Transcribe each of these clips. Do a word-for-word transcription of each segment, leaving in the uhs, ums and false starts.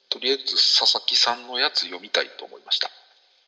とりあえず佐々木さんのやつ読みたいと思いました。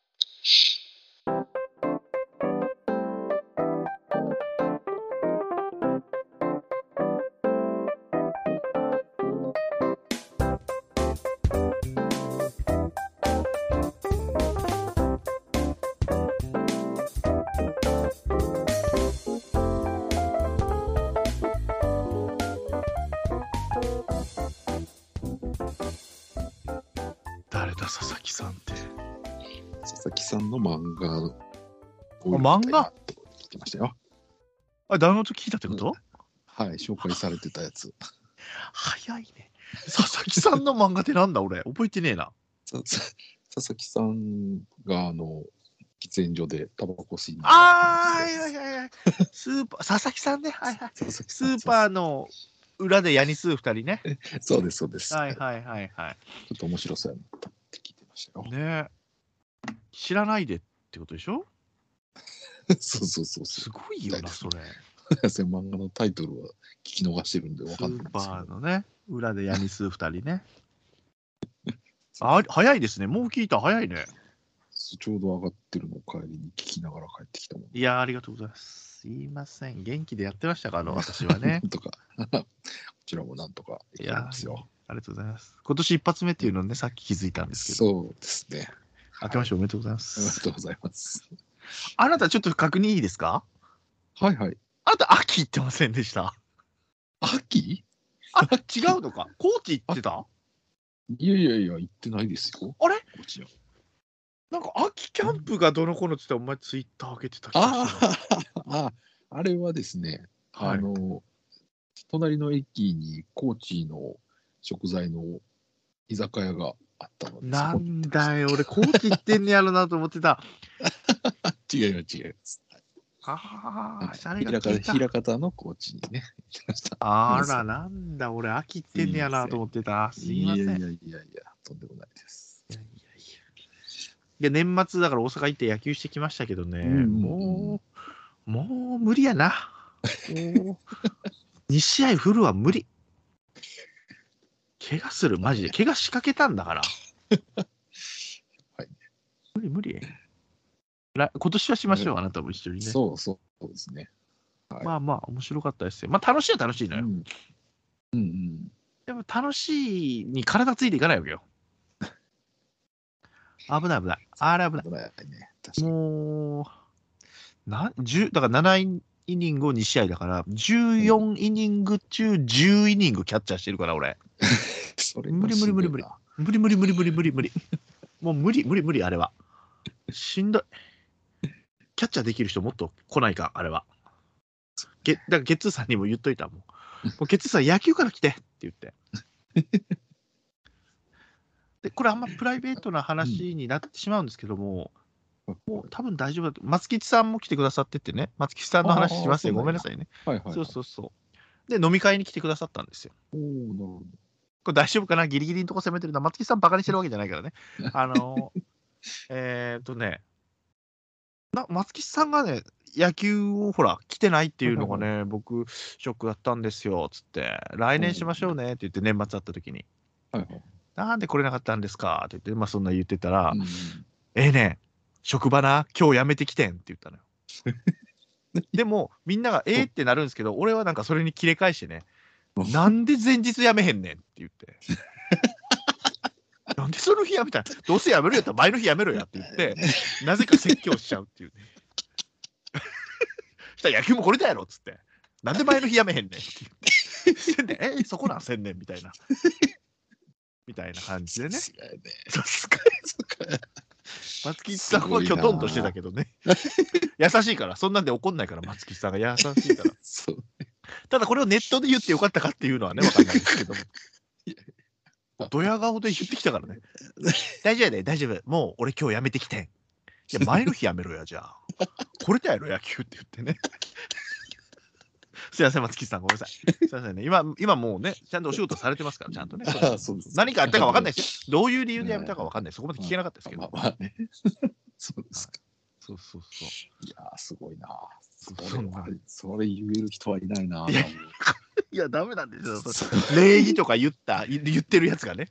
誰だ佐々木さんって。 佐々木さんの漫画を漫画って聞いてましたよ。 あ、ダウンロード聞いたってこと？ はい、紹介されてたやつ。 早いね。佐々木さんの漫画ってなんだ俺覚えてねえな。 佐々木さんがあの喫煙所でタバコ吸いながら。 ああ、はいはいはいはい。スーパー佐々木さんね、はいはい。スーパーの裏でヤニ吸う二人ね。 そうですそうです。 はいはいはいはい。 ちょっと面白そうやなって聞いてましたよ。 ねえ。知らないでってことでしょ？ そうそうそう。 すごいよなそれ。 漫画のタイトルは聞き逃してるんでわかんないんですけど。 スーパーのね裏でヤニ吸う二人ね。あ、早いですね。もう聞いた早いね。 ちょうど上がってるのを帰りに聞きながら帰ってきたもん。 いやありがとうございます。すいません。元気でやってましたかあの私はね。 なんとかこちらもなんとかやってますよ。 ありがとうございます。今年一発目っていうのね、さっき気づいたんですけど。 そうですね。 明けましておめでとうございます。 おめでとうございます。 あなたちょっと確認いいですか？ はいはい。 あなた秋行ってませんでした？ 秋？ あ、違うのか。高知行ってた？ いやいやいや、行ってないですよ。 あれ？ 高知は。 なんか秋キャンプがどの子のって言ってお前ツイッター開けてた気がする。 ああ、あれはですね、 はい、 あの、隣の駅に高知の食材の居酒屋があったので。 なんだよ、俺高知行ってんねやろなと思ってた。 違います違います。 ああ、シャレ平が効いた。 方、平方の高知にね、行きました。 あら、なんだ、俺秋行ってんねやなと思ってた。すいません。 いやいやいやいや、とんでもないです。 いやいやいや。いや、年末だから大阪行って野球してきましたけどね、うんうんうん、もう、もう無理やな。もうに試合フルは無理。怪我する、マジで。怪我仕掛けたんだから。 はい、 無理無理。今年はしましょう、あなたも一緒にね。 そうそうですね。 はい、まあまあ、面白かったですよ。まあ、楽しいは楽しいのよ。うん、 うんうんでも、楽しいに体ついていかないわけよ。危ない危ない。あれ危ない。 危ないね、確かに。 もう、なじゅうだからななイニングをに試合だから、じゅうよんイニング中じゅうイニングキャッチャーしてるから、俺。 それ無理無理無理無理。無理無理無理無理無理無理。もう無理無理無理、あれは。しんどい。キャッチャーできる人もっと来ないか、あれは。ゲだからゲッツーさんにも言っといたもん。もうゲッツーさん野球から来てって言って。で、これあんまプライベートな話になってしまうんですけども、うん、もう多分大丈夫だと。松吉さんも来てくださっててね、松吉さんの話しますよ。ごめんなさいね。 はいはいはい、 そうそうそう。で、飲み会に来てくださったんですよ。 おー、なるほど。 これ大丈夫かな、ギリギリのとこ攻めてるな。松木さんバカにしてるわけじゃないからね。あのー、えっとね、な松木さんがね、野球をほら、来てないっていうのがね、はいはいはい、僕、ショックだったんですよ、つって、来年しましょうねって言って、年末会った時に、はいはい、なんで来れなかったんですかって言って、まあそんな言ってたら、うん、ええね、職場な、今日辞めてきてんって言ったのよ。でも、みんながえーってなるんですけど、俺はなんかそれに切れ返してね、なんで前日辞めへんねんって言って。なんでその日辞めたん？どうせ辞めるやったら前の日辞めろやって言って、なぜか説教しちゃうっていうね。したら野球もこれだやろっつって。なんで前の日辞めへんねんって言って。せんねん、えー、そこなんせんねんみたいな。みたいな感じでね。そうすか。松吉さんはきょとんとしてたけどね。優しいから、そんなんで怒んないから、松吉さんが優しいから。ただこれをネットで言ってよかったかっていうのはね、わかんないですけども。ドヤ顔で言ってきたからね。大丈夫だよ、大丈夫。もう俺今日辞めてきてん。いや、前の日辞めろや、じゃあ。これだやろ、野球って言ってね。すいません、松木さん、ごめんなさい。すいませんね。今、今もうね、ちゃんとお仕事されてますから、ちゃんとね。何かあったか分かんないですよ。どういう理由で辞めたか分かんない。そこまで聞けなかったですけど。まあまあね。 そうですか。 そうそうそう。 いやー、すごいな。それは、それ言える人はいないな。いや、いやダメなんですよ。礼儀とか言った、言ってるやつがね。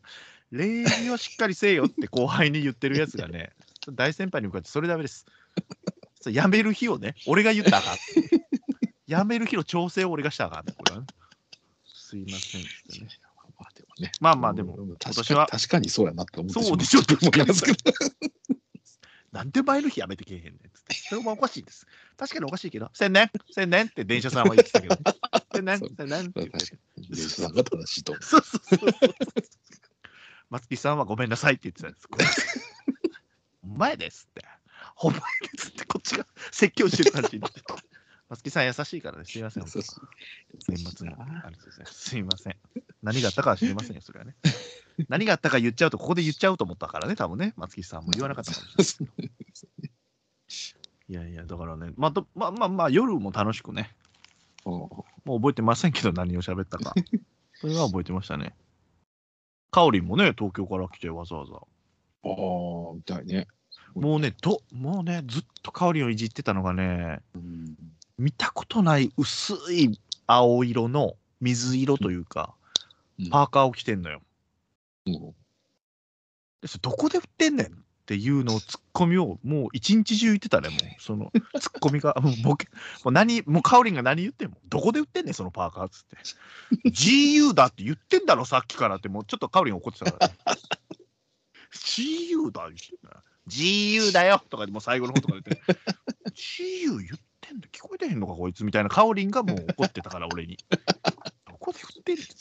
礼儀をしっかりせえよって後輩に言ってるやつがね、大先輩に向かってそれダメです。それ辞める日をね、俺が言ったらあかん。辞める日の調整を俺がしたらあかんね、これはね。すいませんってね。 まあでもね。 まあまあでもうん今年は確かにそうやなって思ってそうでしょ、 と思いますけど。 なんで前の日やめてけえへんねんっつって。それもおかしいです。確かにおかしいけど、千年、千年って電車さんは言ってたけど、千年、千年って言ってて。 電車さんが正しいと思う。 そうそうそうそう。松木さんはごめんなさいって言ってたんです。お前ですって。お前ですってこっちが説教してる感じになってた。松木さん優しいからね、すいません。 優しい年末のあれですね。すいません。何があったかは知りませんよ、それはね。何があったか言っちゃうと、ここで言っちゃうと思ったからね、多分ね、松木さんも言わなかったかもしれない。いやいや、だからね、まあ、どまあまあまあ、夜も楽しくね、もう覚えてませんけど、何を喋ったか。それは覚えてましたね。かおりんもね、東京から来てわざわざ。 ああ、みたいね。 もうね、どもうね、ずっとかおりんをいじってたのがね、 うん、 見たことない薄い青色の水色というか、 うん、 パーカーを着てんのよ。 うん、 でそれどこで売ってんねんっていうのをツッコミをもう一日中言ってたね、もうそのツッコミが、もうボケもう何、もうかおりんが何言っても、どこで売ってんねん、そのパーカーっつって。ジーユー だって言ってんだろ、さっきからって、もうちょっとかおりん怒ってたから、ね。ジーユー だ言ってんだ ジーユー だよとかでもう最後の方とか言って、ジーユー 言ってんだ、聞こえてへんのか、こいつみたいなかおりんがもう怒ってたから、俺に。どこで売ってんねん。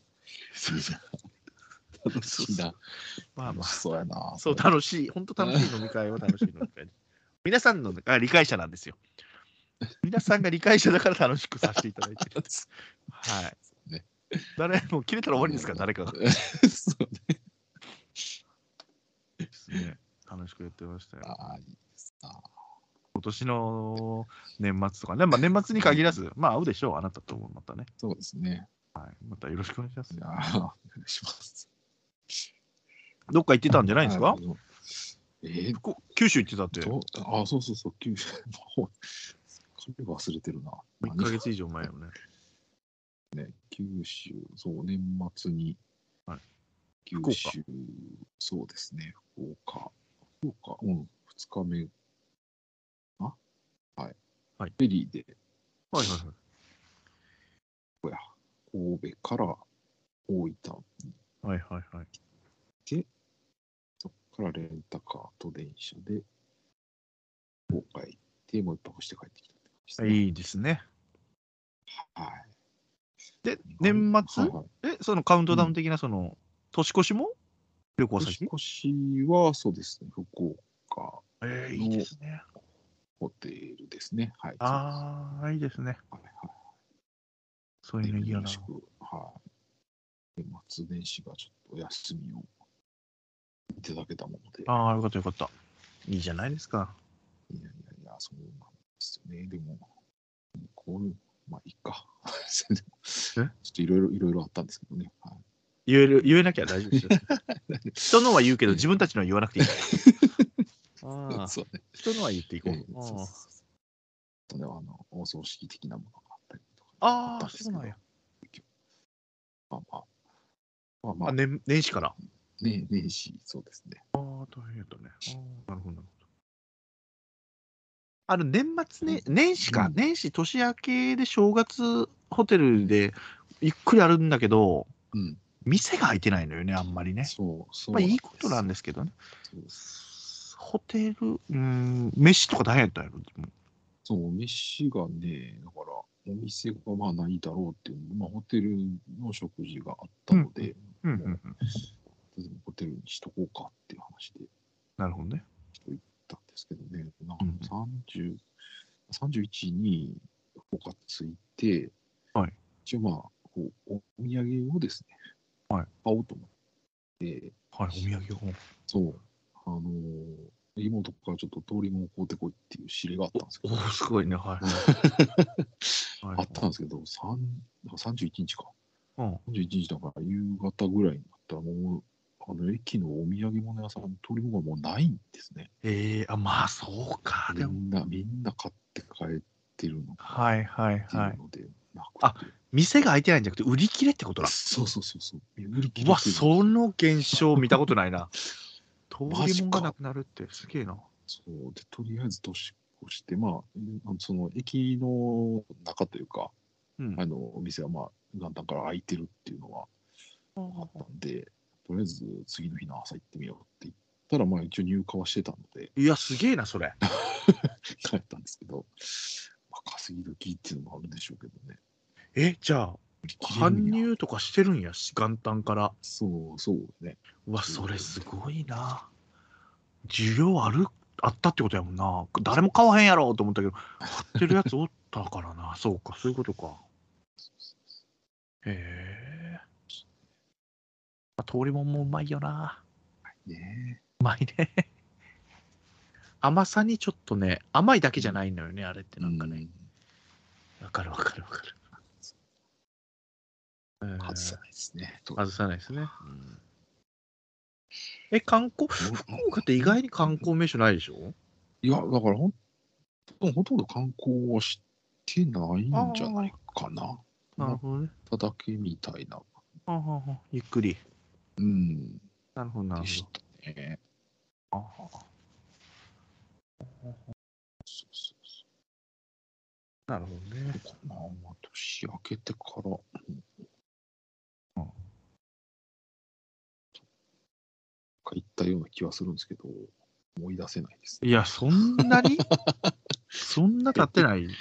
楽しいな。 まあまあ、 そうやな。 そう、楽しい、本当楽しい飲み会は楽しい飲み会。皆さんのが理解者なんですよ。皆さんが理解者だから楽しくさせていただいてる。はい。 ね、 誰も切れたら終わりですから、誰かが。 そうね。 ですね。楽しくやってましたよ。 ああ、いいですな。 今年の年末とかね、まあ年末に限らず、まあ会うでしょう、あなたともまたね。 そうですね。 はい。またよろしくお願いします。 いやー、お願いします。 どっか行ってたんじゃないですか？ えー、 こ九州行ってたって。 どあ、そうそうそう、九州。それ忘れてるな。 いっかげつ以上前よね。 ね、九州、そう、年末に、 はい、 九州、そうですね、福岡、福岡、うん、ふつかめ、あはい、 はい、 フェリーで、 はいはいはい。 こや神戸から大分に、 はいはいはい。 で、そこからレンタカーと電車で、福岡へ行って、もう一泊して帰ってきたって感じですね。 いいですね。 はい。 で、年末、はいはい、え、そのカウントダウン的な、その、うん、年越しも旅行先？ 年越しは、そうですね、福岡えー、いいですね。 ホテルですね。はい。 ああ、いいですね。はいはい。そういうのいいよな。 はい。年末年始がちょっとお休みをいただけたもので。 ああ、よかったよかった。いいじゃないですか。 いやいやいや、そうなんですよね。でも、こういう、まあいいか。ちょっといろいろいろいろあったんですけどね。はい、 言える、言えなきゃ大丈夫ですよ。人のは言うけど、自分たちのは言わなくていいから。あそうね、人のは言っていこう。えー、そうそうそうあのお葬式的なものがあったりとか。 ああ、そうなんや。 まあまあ。まあまあ、 あ年年始から。 ね、年始、そうですね。 ああ、大変やったね。あなるほど、なるほど。あの、年末ね、年始か、うん、年始年明けで正月ホテルでゆっくりあるんだけど、うん、店が開いてないのよね、あんまりね。そう、そう。まあいいことなんですけどね。ホテル、うん、飯とか大変やったんやろ。 そう、飯がね、だから、お店がまあないだろうっていう、まあホテルの食事があったので、うんうんうん、ホテルにしとこうかっていう話で。 なるほどね。 と言ったんですけどね、なんかさんじゅう、さんじゅういちに福岡ついて、 はい、 一応まあ、こうお土産をですね、 はい、 買おうと思って、 はい、お土産を。 そう、あのー、妹からちょっと通りもんを買うてこいっていう指令があったんですけど、 おお、すごいね、はい。 あったんですけど、さんじゅういちにちか。 うん、 さんじゅういちにちだから夕方ぐらいになったら、もう、あの駅のお土産物屋さん、通りもんがもうないんですね。 ええー、あ、まあそうか。 みんな、みんな買って帰ってるのか。 はいはいはい。 っていうので、 なくて。 あ、店が開いてないんじゃなくて売り切れってことだ。 そうそうそうそう。売り切れてるうわ、その現象見たことないな。通マジかりもんがなくなるってすげえな。 そうで、とりあえず年越して、まあ、あのその駅の中というか、 うん。 あのお店はまあ元旦から開いてるっていうのは分かったんで、とりあえず次の日の朝行ってみようって言ったら、まあ一応入荷はしてたのでいや、すげえな、それ。 帰ったんですけど、まあ、稼ぎ時っていうのもあるんでしょうけどね。 え、じゃあ、 売り切れるんや搬入とかしてるんや、元旦から。 そうそうね。 うわ、それすごいな。需要あるあったってことやもんな。誰も買わへんやろと思ったけど、買ってるやつおったからな。そうか、そういうことか。へえ。まあ、通りもんもうまいよな。 ねうまいね。甘さにちょっとね、甘いだけじゃないのよね、あれってなんかね。わかるわかるわかる。えー外さないですね。 外さないですね。うんえ、観光、福岡って意外に観光名所ないでしょ？ いや、だからほんほとんど観光はしてないんじゃないかな。 なるほどね。 ただけみたいな。 はあはあはあゆっくり。 うん。 なるほど、なるほでしたね。 ど。はあはあそうそうそなるほどね。 うかな。まあ、年明けてから、 うんか行ったような気はするんですけど、思い出せないです。 いや、そんなにそんな経ってないよ。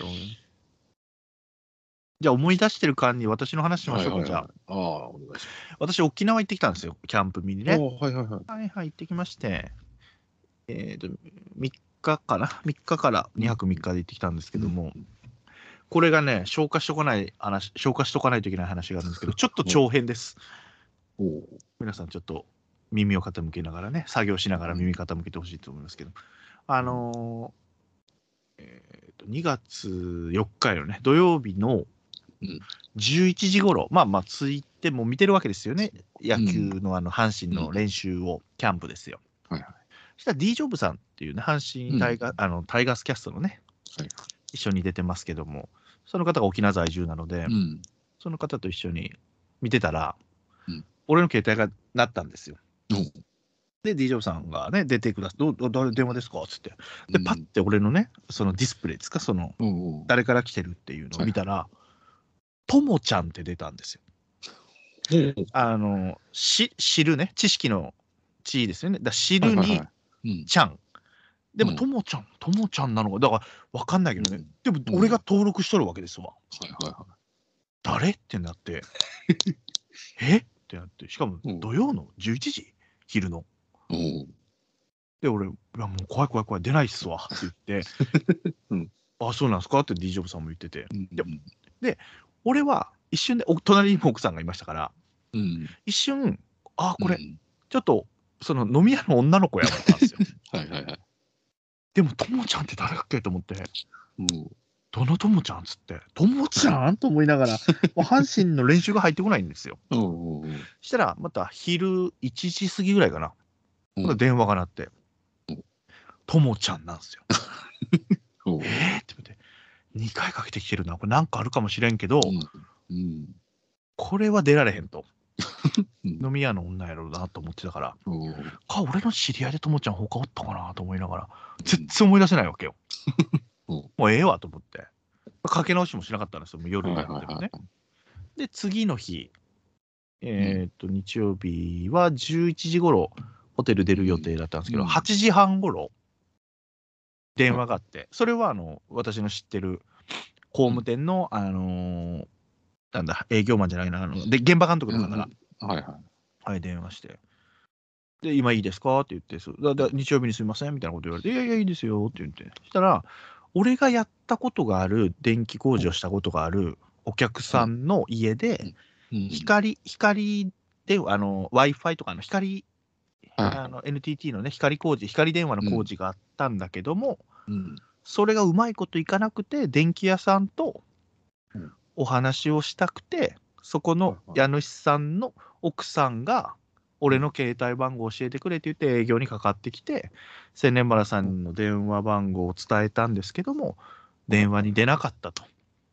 じゃあ思い出してる間に私の話しましょうか、じゃあ。 ああ、お願いします。 私、沖縄行ってきたんですよ、キャンプ見にね。 ああ、はいはいはい。 はいはい、行ってきまして、えっと、みっかかな ?みっ 日からにはくみっかで行ってきたんですけども、これがね、消化しとかない話、消化しとかないといけない話があるんですけど、ちょっと長編です。 おお。 皆さん、ちょっと耳を傾けながらね、作業しながら耳傾けてほしいと思いますけど、あのーえーと、にがつよっかのね、土曜日のうんじゅういちじ頃、まあまあ、ついてもう見てるわけですよね。野球のあの阪神の練習を、キャンプですよ。 はいはい。 そしたら D ジョブさんっていうね、阪神タイガー、あのタイガースキャストのね、 はい一緒に出てますけども、その方が沖縄在住なので、 うん。 その方と一緒に見てたら、 うん俺の携帯が鳴ったんですよ。 おで、D ジョブさんがね、出てください。どう、どう誰電話ですかつって。で、 うんパッて俺のね、そのディスプレイですか、その、 おお。 誰から来てるっていうのを見たら、ともちゃんって出たんですよ。あの、し、知るね、知識の知ですよね。だ知るに、 うん。 ちゃん。でも、 うんともちゃん、ともちゃんなのか、だから分かんないけどね。でも、 うん俺が登録しとるわけですわ。 はいはいは誰ってなって、えってなって、しかもうん土曜のじゅういちじ昼の。 い。おお。 で、俺、いやもう怖い怖い怖い、出ないっすわって言って、 うんあ、そうなんですかって D ジョブさんも言ってて、 うんで俺は一瞬で、お隣にも奥さんがいましたから、 うん。 一瞬、あ、これ、 うんちょっと、その飲み屋の女の子や思ったんですよ。 はいはいはい。 でも、ともちゃんって誰だっけと思って、 もどのともちゃんっつって、ともちゃんと思いながら、もう阪神の練習が入ってこないんですよ。 う。おお。 したら、また昼いちじ過ぎぐらいかな、 うんまた電話が鳴って、ともちゃんなんですよ。 おお。 えーって言って、にかいかけてきてるな、これなんかあるかもしれんけど、 うん。 これは出られへんと。 うん飲み屋の女やろうなと思ってたから、 おお。 か、俺の知り合いでともちゃん他おったかなと思いながら、全然思い出せないわけよ。 うんもうええわと思って。かけ直しもしなかったんですよ、もう夜になってもね。 はいはいはいで、次の日、えーっと、日曜日はじゅういちじ頃、ホテル出る予定だったんですけど、 うんはちじはん頃、電話があって、それはあの私の知ってる工務店の、あのーなんだ、営業マンじゃないな、あので現場監督の方が、 はいはい。 はい、電話して、で、今いいですかって言って、そうだだ日曜日にすみませんみたいなこと言われて、いやいや、いいですよって言って、そしたら、俺がやったことがある、電気工事をしたことがあるお客さんの家で、 うん光、光で、あの、Wi-Fi とかの光、 はいあの エヌティーティー のね、光工事、光電話の工事があったんだけども、 うんそれがうまいこといかなくて、電気屋さんとうんお話をしたくて、そこの家主さんの奥さんが、俺の携帯番号を教えてくれって言って営業にかかってきて、千年原さんの電話番号を伝えたんですけども、電話に出なかったと。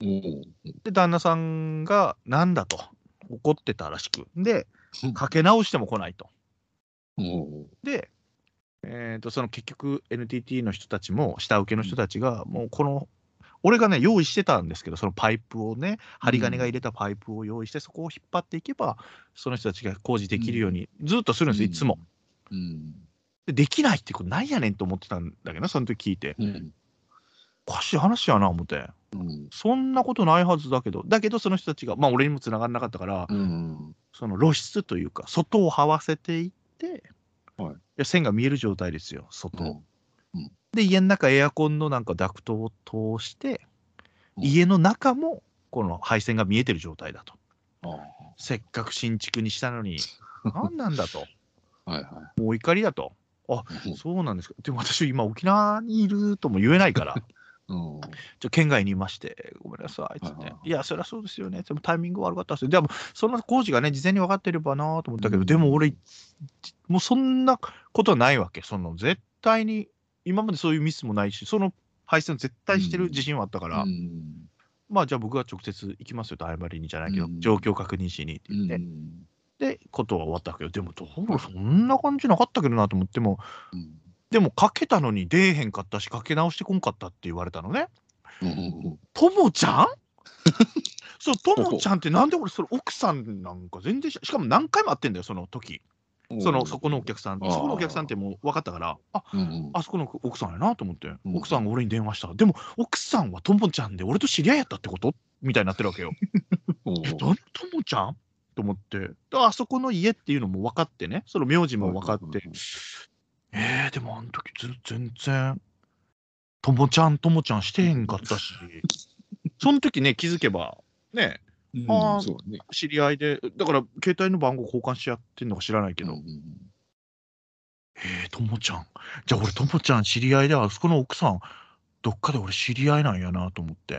で、旦那さんがなんだと怒ってたらしく。で、かけ直しても来ないと。で、えー、とその結局 エヌティーティー の人たちも下請けの人たちがもうこの俺がね用意してたんですけど、そのパイプをね針金が入れたパイプを用意してそこを引っ張っていけばその人たちが工事できるようにずっとするんです、いつも。でできないってことなんやねんと思ってたんだけどその時聞いて、おかしい話やな思って、そんなことないはずだけどだけどその人たちがまあ俺にも繋がんなかったから、その露出というか外を這わせていってはい、いや線が見える状態ですよ、外、 うんうん、 で家の中エアコンのなんかダクトを通して、うん、家の中もこの配線が見えてる状態だと、うん、せっかく新築にしたのに何なんだとはい、はい、もう怒りだと、あ、うん、そうなんですか、でも私今沖縄にいるとも言えないからうん、ちょ県外にいましてごめんなさいっつって、はいはい、いやそりゃそうですよね、でもタイミング悪かったですよ、でもその工事がね事前に分かってればなと思ったけど、うん、でも俺もうそんなことはないわけ、その絶対に今までそういうミスもないしその配線絶対してる自信はあったから、うん、まあじゃあ僕が直接行きますよと謝りにじゃないけど、うん、状況確認しにって言って、うん、でことは終わったけど、でもどうそんな感じなかったけどなと思っても、うんでもかけたのに出えへんかったしかけ直してこんかったって言われたのね。ともちゃんそうともちゃんってなんで俺それ奥さんなんか全然しかも何回も会ってんだよその時、そのそこのお客さんそこのお客さんってもう分かったからあ、うんうん、あそこの奥さんやなと思って、うん、奥さんが俺に電話した、でも奥さんはともちゃんで俺と知り合いやったってことみたいになってるわけよえどんともちゃんと思ってあそこの家っていうのも分かってね、その名字も分かって、えー、でもあの時全然ともちゃんともちゃんしてへんかったしその時ね気づけばね、うん、ああ、ね、知り合いでだから携帯の番号交換し合ってんのか知らないけど、うん、えー、ともちゃんじゃあ俺ともちゃん知り合いであそこの奥さんどっかで俺知り合いなんやなと思って、うん、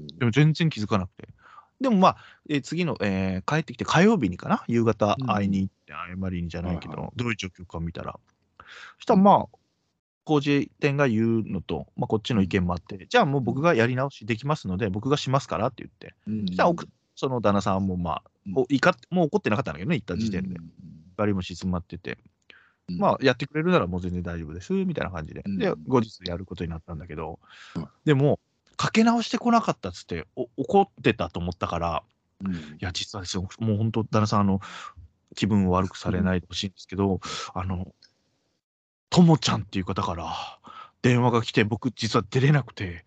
でも全然気づかなくて、でもまあ、えー、次の、えー、帰ってきて火曜日にかな夕方会いに行って謝りにじゃないけど、うん、どういう状況か見たらそしたらまあ工事店が言うのと、まあ、こっちの意見もあって、うん、じゃあもう僕がやり直しできますので、僕がしますからって言って、うん、そしたらその旦那さんも、まあ、うん、怒ってもう怒ってなかったんだけどね、行った時点で。バリも静まってて、うん、まあ、やってくれるならもう全然大丈夫です、みたいな感じで。うん、で、後日やることになったんだけど、うん、でも、かけ直してこなかったっつってお怒ってたと思ったから、うん、いや、実はですよ、もう本当、旦那さん、あの、気分を悪くされないでほしいんですけど、あの、ともちゃんっていう方から電話が来て、僕実は出れなくて、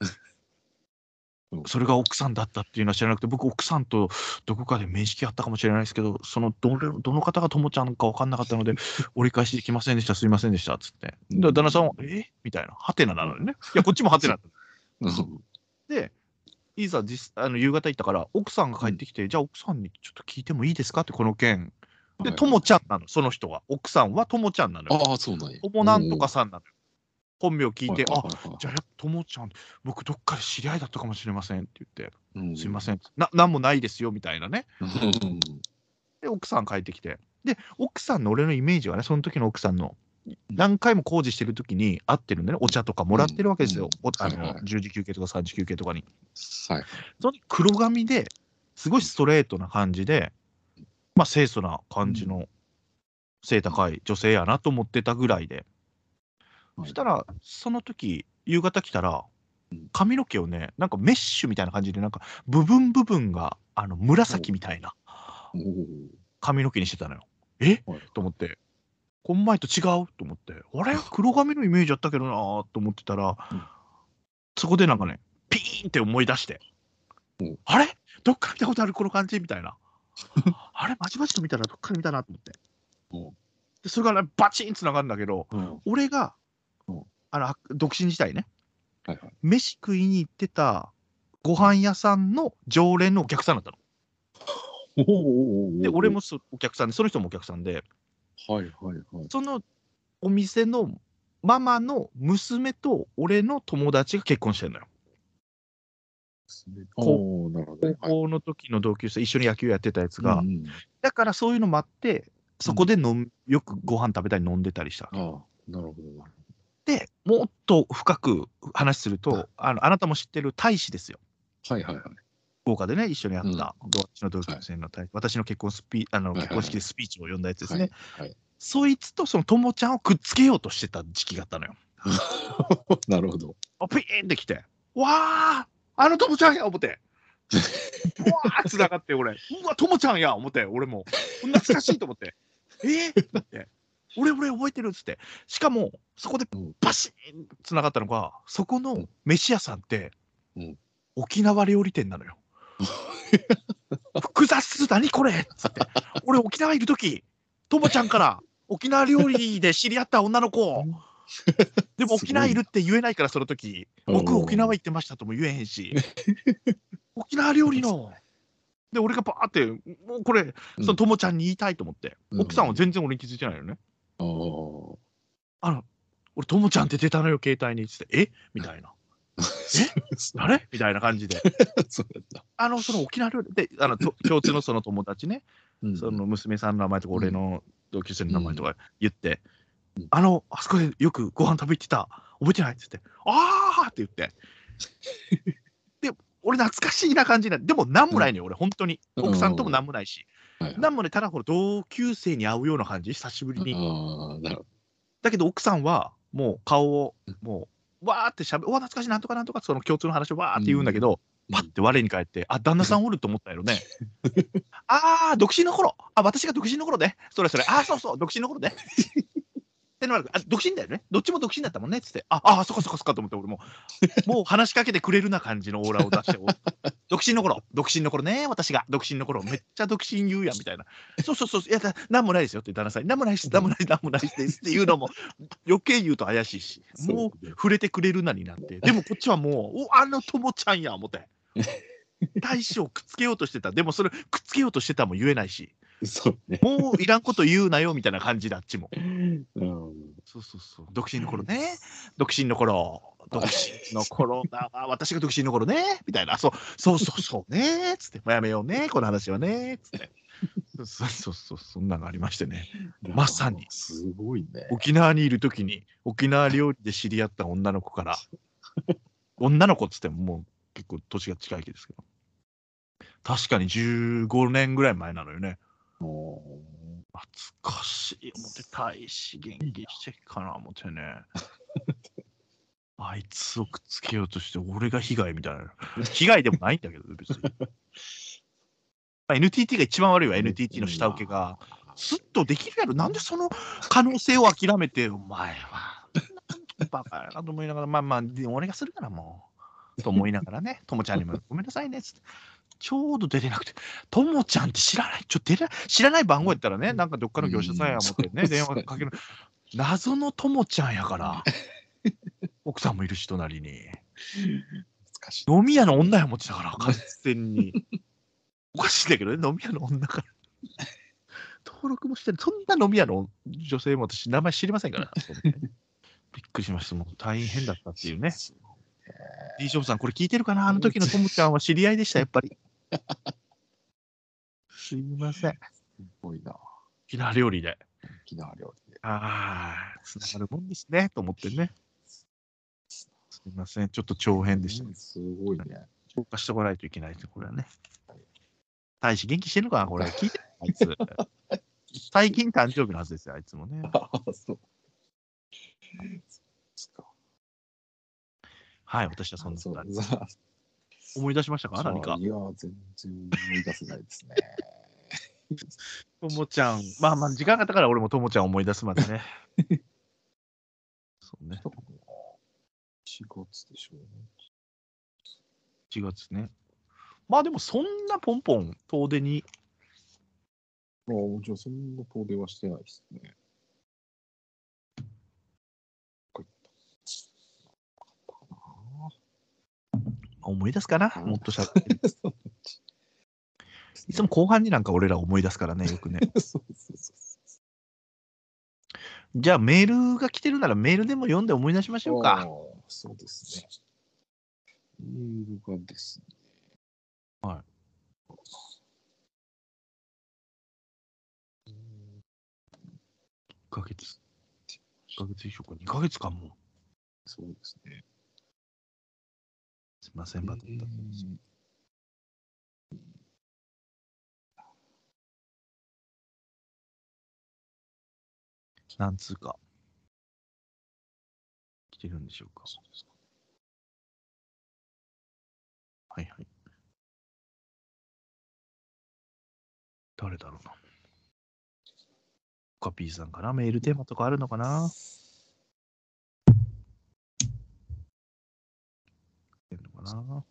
それが奥さんだったっていうのは知らなくて、僕奥さんとどこかで面識あったかもしれないですけど、そのどれどの方がともちゃんか分かんなかったので、折り返しできませんでした、すいませんでしたっつって。で旦那さんは、えみたいな、はてななのにね。いや、こっちもはてな。で、いざ実あの夕方行ったから、奥さんが帰ってきて、じゃあ奥さんにちょっと聞いてもいいですかって、この件。で、ともちゃんなの、その人は。奥さんはともちゃんなのよ。 ああ、そうなんや。 ともなんとかさんなのよ。本名聞いて、あ、じゃあ、ともちゃん、僕どっかで知り合いだったかもしれませんって言って、うん、すいません、な、なんもないですよ、みたいなね。で、奥さん帰ってきて、で、奥さんの俺のイメージはね、その時の奥さんの、何回も工事してる時に会ってるんでね、お茶とかもらってるわけですよ。うん、あの、はいはい、じゅうじ休憩とかさんじ休憩とかに。はい。その黒髪ですごいストレートな感じで、まあ清楚な感じの背高い女性やなと思ってたぐらいで。そしたら、その時、夕方来たら、髪の毛をね、なんかメッシュみたいな感じで、なんか部分部分があの紫みたいな髪の毛にしてたのよ。えと思って、こん前と違うと思って、あれ黒髪のイメージあったけどなと思ってたら、そこでなんかね、ピーンって思い出して、あれどっか見たことあるこの感じみたいな。あれまちまちと見たらどっかで見たなと思って。でそれから、ね、バチンつながるんだけど、俺が、あの独身時代ね、はいはい、飯食いに行ってたご飯屋さんの常連のお客さんだったの。で、俺もお客さんで、その人もお客さんで、はいはいはい、そのお店のママの娘と俺の友達が結婚してるのよ。高校の時の同級生、一緒に野球やってたやつが、うん、だからそういうのもあって、そこで飲む、よくご飯食べたり飲んでたりしたわけ。ああ、なるほど。で、もっと深く話すると、あの、あなたも知ってる大使ですよ。 はいはいはい。 福岡でね、一緒にやった、 うん私の同級生の対、私の結婚スピあのはいはいはい結婚式でスピーチを読んだやつですね。 はい。はい、 そいつとそのともちゃんをくっつけようとしてた時期があったのよ。 なるほど。 あピーンってきて、わあ、あのともちゃんや思って、うわーつながって俺、うわ、ともちゃんや思って、俺も、懐かしいと思って、えー、って俺、俺覚えてるっつって、しかも、そこでバシーンつながったのが、そこの飯屋さんって、 うん沖縄料理店なのよ。複雑、何これっつって、俺、沖縄いるとき、ともちゃんから沖縄料理で知り合った女の子、でも沖縄いるって言えないから、その時僕、沖縄行ってましたとも言えへんし、沖縄料理の。で、俺がバーって、もうこれ、そのともちゃんに言いたいと思って、 うん奥さんは全然俺に気づいてないよね。 あーあの、俺、ともちゃんって出たのよ、携帯にっつって、えみたいな。え誰みたいな感じで。 そうなんだ。 あの、その沖縄料理で、あのと共通のその友達ね、 うんその娘さんの名前とか、俺の同級生の名前とか言って、 うんあの、あそこでよくご飯食べ行ってた、覚えてないって言って、あーって言って、で、俺、懐かしいな感じになって、でも、なんもないのよ、俺、本当に。奥さんともなんもないし、 はいはい、 なんもね、ただこれ、同級生に会うような感じ、久しぶりに。 ああ、なるほど。 だけど、奥さんは、もう顔を、もう、わーってしゃべ、うわ、懐かしい、なんとかなんとか、その共通の話をわーって言うんだけど、パッて我に返って、あ、旦那さんおると思ったやろね。ああ、独身の頃。あ、私が独身の頃ね。それそれ。ああ、そうそう、独身の頃ね。ってのはあ、独身だよね。どっちも独身だったもんね。つって。ああ、そっかそっかそっかと思って、俺も。もう話しかけてくれるな感じのオーラを出して、お独身の頃、独身の頃ね、私が独身の頃、めっちゃ独身言うやんみたいな。そうそうそう、いや、だなんもないですよって旦那さんに、なんもないです、なんもない、なんもないですっていうのも、余計言うと怪しいし、もう触れてくれるなになって、でもこっちはもう、おあのともちゃんや思って。大将くっつけようとしてた。でもそれくっつけようとしてたも言えないし、 そうね。 もういらんこと言うなよみたいな感じだ、あっちも。 うんそうそうそう。独身の頃ね。独身の頃。独身の頃だわ。私が独身の頃ね。みたいな。そうそうそうそうね。つって。もうやめようね。この話はね。つって。そうそうそう。そんなのがありましてね。まさに。 すごいね。 沖縄にいるときに、沖縄料理で知り合った女の子から、女の子っつってももう結構年が近いですけど。確かにじゅうごねんぐらい前なのよね。懐かしい。思って大使元気してっかな思ってね。あいつをくっつけようとして、俺が被害みたいな。被害でもないんだけど、別に。エヌティーティー が一番悪いわ、エヌティーティー の下請けが。すっとできるやろ。なんでその可能性を諦めて、お前は。バカやなと思いながら、まあまあ、俺がするからもう。と思いながらね、ともちゃんにもごめんなさいね、つって。ちょうど出れなくて、ともちゃんって知らない、ちょ出れ知らない番号やったらね、なんかどっかの業者さんや思ってね、電話かける。謎のともちゃんやから、奥さんもいるし、隣に。飲み屋の女や思ってたから、完全に。おかしいんだけどね、飲み屋の女から。登録もしてる、そんな飲み屋の女性も私、名前知りませんから。びっくりしました、もう大変だったっていうね。D ショープさん、これ聞いてるかな、あの時のともちゃんは知り合いでした、やっぱり。すいません。すごいな。 沖縄料理で。 沖縄料理で。 ああ、つながるもんですね、と思ってね。すいません、ちょっと長編でした、ね。 すごいね。 消化しておかないといけないですよ、これはね。大使元気してるのかな、これ。聞いてるあいつ。最近誕生日のはずですよ、あいつもね。 そうはい、私はそんなことあります。 そう思い出しましたか、何か。 いや、全然思い出せないですね。 ともちゃん、まあまあ、時間がたから俺もともちゃん思い出すまでね。そうね。 しがつでしょうね。 しがつね。まあでも、そんなポンポン、遠出に。 ああ、じゃあそんな遠出はしてないですね。 思い出すかな、もっとしゃべってる。いつも後半になんか俺ら思い出すからね、よくね。 そうそうそうじゃあメールが来てるならメールでも読んで思い出しましょうか。 そうですね。メールがですね。 はい。いっかげつ。いっかげつ以上か、にかげつかも。 そうですね。 すいません、バタバタ。 何通か来てるんでしょうか。 そうですか。 はいはい。誰だろうな。コピーさんかな。メールテーマとかあるのかな。てんのかな。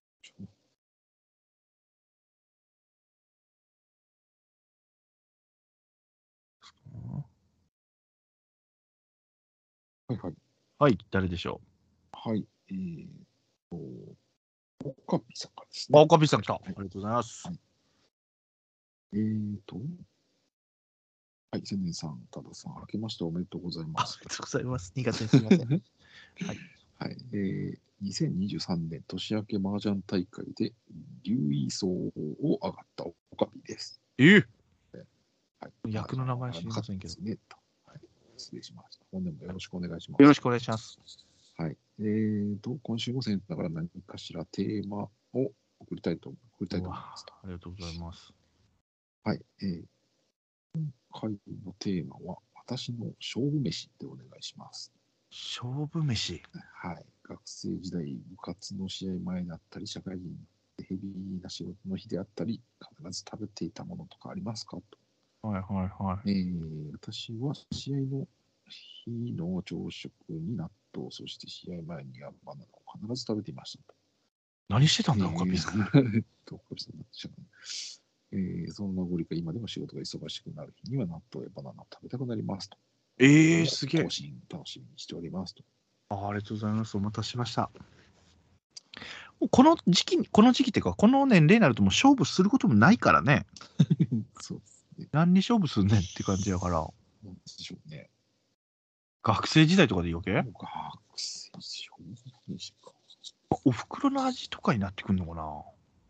はいはい。 はい、誰でしょはい。えーと、オカピさんからですう。あ、 ね。 オカピーさん来た。 はいありがとうございます。 はいえーと、はい、千年さん、多田さん、明けましておめでとうございあます。 りがとうございます。にがつにすみません。はい。 はい、えー、にせんにじゅうさんねん年明け麻雀大会で竜位層を上がったオカピです。 えはい、 役の名前知りませんけど。 ねとはい、失礼しました。本年もよろしくお願いします。 よろしくお願いします。 はい。えーと、今週もせんながら何かしらテーマを送りたいと送りたいと思いますと。 ありがとうございます。 はい。えー、今回のテーマは、私の勝負飯でお願いします。 勝負飯。 はい。学生時代、部活の試合前だったり、社会人でヘビーな仕事の日であったり、必ず食べていたものとかありますかと。 はいはいはい。 えー、私は試合の日の朝食に納豆、そして試合前にはバナナを必ず食べていましたと。 何してたんだろう、オカピーさん。 どうかしたんでしょうね。えー、その名残か今でも仕事が忙しくなる日には納豆やバナナを食べたくなりますと。 えー、すげえ更。新楽しみにしておりますと。 あありがとうございます。お待たせしました。もうこの時期に、この時期っていうか、この年齢になるともう勝負することもないからね。 そうですね。 何に勝負すんねんって感じやから。 なんでしょうね。 学生時代とかで余計学生勝負飯か。 お袋の味とかになってくんのかな。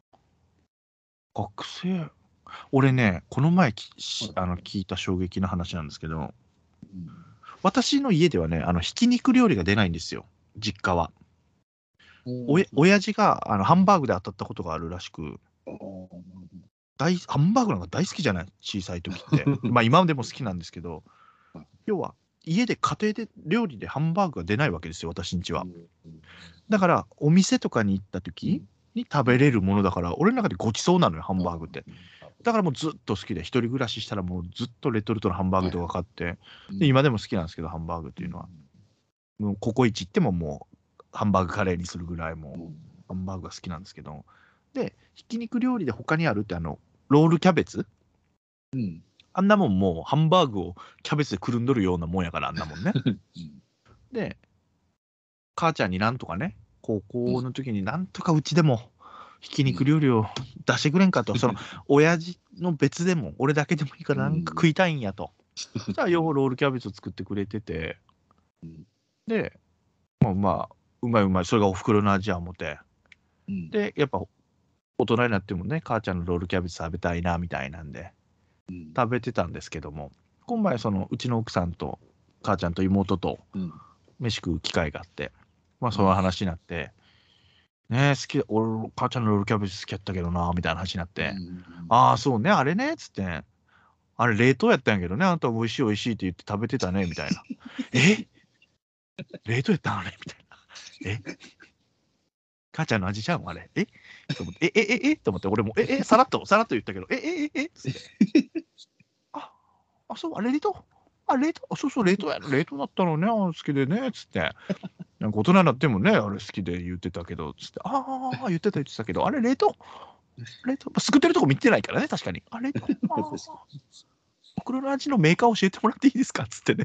学生。俺ね、この前きしあの聞いた衝撃の話なんですけど、 うん私の家ではね、あのひき肉料理が出ないんですよ、実家は。おやお親父があのハンバーグで当たったことがあるらしく、 あー大ハンバーグなんか大好きじゃない、小さい時って。まあ今でも好きなんですけど、要は家で家庭で料理でハンバーグが出ないわけですよ、私んちは。だからお店とかに行った時に食べれるものだから、俺の中でごちそうなのよ、ハンバーグって。だからもうずっと好きで、一人暮らししたらもうずっとレトルトのハンバーグとか買って、で今でも好きなんですけど、ハンバーグっていうのは。もうココイチ行ってももうハンバーグカレーにするぐらいもうハンバーグが好きなんですけど、でひき肉料理で他にあるってあのロールキャベツ、 うん、 あんなもんもうハンバーグをキャベツでくるんどるようなもんやから、あんなもんね。で母ちゃんになんとかね、高校の時になんとかうちでもひき肉料理を出してくれんかと、その親父の別でも俺だけでもいいからなんか食いたいんやと。そしたらようロールキャベツを作ってくれてて、でまあまあうまいうまい、それがお袋の味は思って、でやっぱ大人になってもね、母ちゃんのロールキャベツ食べたいなみたいなんで食べてたんですけども、今晩そのうちの奥さんと母ちゃんと妹と飯食う機会があって、まあその話になって、ねえ好き、俺母ちゃんのロールキャベツ好きやったけどなみたいな話になって、ああそうねあれねっつって、あれ冷凍やったんやけどね、あんた美味しい美味しいって言って食べてたねみたいな。え冷凍やったんあれみたいな。え母ちゃんの味ちゃうんあれえと思って、え、え、え、えと思って、俺も、え、え、さらっと、さらっと言ったけど、え、え、え、えっつって。あ、あ、そう、あれ冷凍あ、冷凍あ、そうそう、冷凍や冷凍だったのね、あ好きでね、つって。なんか大人になってもね、あれ好きで言ってたけど、つって、ああ、言ってた言ってたけど、あれ冷凍冷凍すくってるとこ見てないからね、確かに。あれ冷凍袋の味のメーカー教えてもらっていいですかつってね。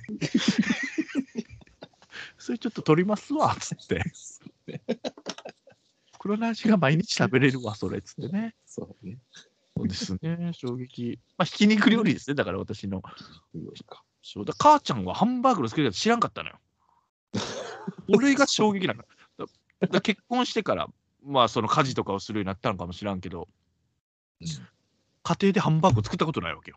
それちょっと取りますわ、つって。袋の味が毎日食べれるわ、それ、つってね。 そうね。 そうですね、衝撃。まあ、ひき肉料理ですね、だから私の。そうだ母ちゃんはハンバーグの作り方知らんかったのよ。俺が衝撃なの。だだだ結婚してから、まあ、その家事とかをするようになったのかもしらんけど、 うん、 家庭でハンバーグを作ったことないわけよ。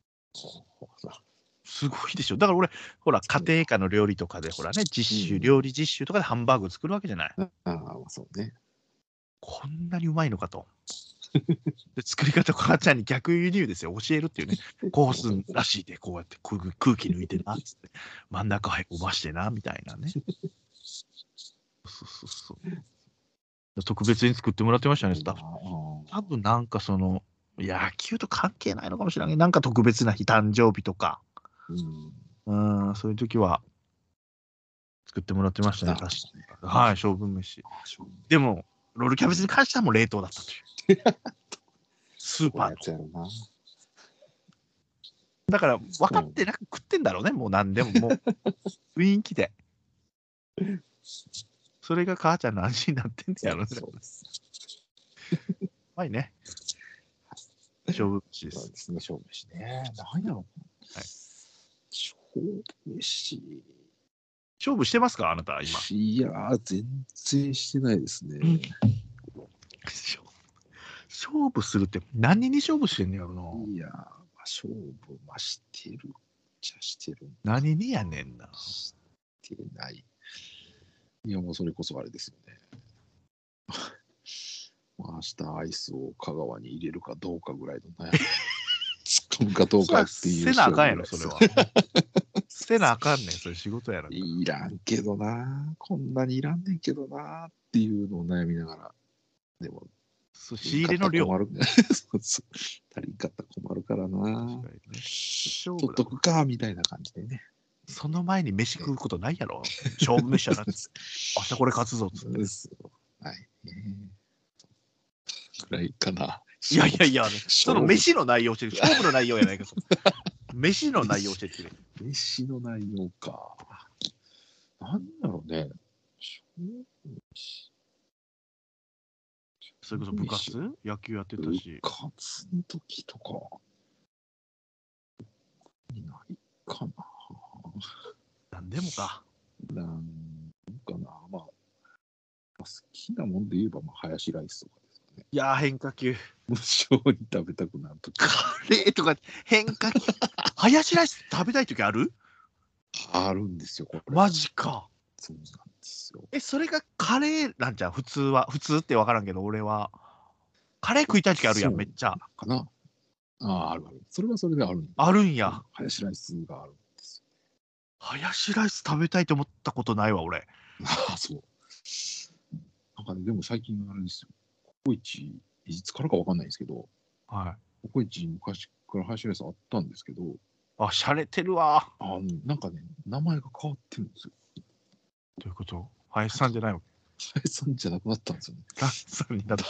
すごいでしょ。だから俺、ほら、家庭科の料理とかで、ほらね、実習、料理実習とかでハンバーグを作るわけじゃない。 ああ、そうね。 こんなにうまいのかと。 で作り方母ちゃんに逆輸入ですよ、教えるっていうね。こうすんらしいで、こうやって空空気抜いてなっつって真ん中へ飛ばしてなみたいなね。そうそうそう特別に作ってもらってましたね、スタッフ。多分なんかその野球と関係ないのかもしれない。なんか特別な日、誕生日とか、うん、うんそういう時は作ってもらってましたね、確かに。はい、勝負飯。でも、ロールキャベツに関してはもう冷凍だったという。スーパーの。だから、分かってなく食ってんだろうね、もう何でも、もう、雰囲気で。それが母ちゃんの味になってんだやろね。うまいね。勝負飯です。そうですね、 勝負飯ね。何やろう。はい。勝負飯。 勝負してますかあなた、今。 いやー、全然してないですね。うん、 勝負するって何に勝負してんのやろな。 いやー、まあ、勝負はしてるじゃしてる。 何にやねんな。 してない。いや、もうそれこそあれですよね。明日アイスを香川に入れるかどうかぐらいのね。突っ込むかどうかっていう。 せなあかんやろ、それは。せなあかんねん、それ仕事やろ。 いらんけどな、こんなにいらんねんけどなっていうのを悩みながら。でも、 そう仕入れの量。 そうそう足りんかったら困るからな。ね、取っとくかみたいな感じでね。 その前に飯食うことないやろ。勝負飯やな。明日これ勝つぞっつって。 はい。ぐらいかな。 いやいやいや、その飯の内容教えて、勝負の内容やないか。飯の内容教えてくれ。 飯の内容か。なんだろうね。 それこそ部活野球やってたし。 部活の時とか。ないかな。 なんでもか。 なんかな。まあ、好きなもんで言えば、まあ、ハヤシライスとかですかね。 いやー、変化球。 無性に食べたくなるとか。 カレーとか変化球。ハヤシライス食べたい時ある？ あるんですよ、これ。 マジか。 そうなんですよ。 え、それがカレーなんじゃん、普通は。普通って分からんけど、俺は。カレー食いたい時あるやん、めっちゃ。 かな。ああ、あるある。それはそれであるんあるんや。 ハヤシライスがあるんですよ。 ハヤシライス食べたいと思ったことないわ、俺。 ああ、そう。なんかね、でも最近あれですよ。ココイチ、いつからかわかんないんですけど、 はい。 ココイチ昔からハヤシライスあったんですけど、 あ、洒落てるわ。 あなんかね、名前が変わってるんですよ。 どういうこと？林さんじゃないわけ？ 林さんじゃなくなったんですよね。 林さんになった。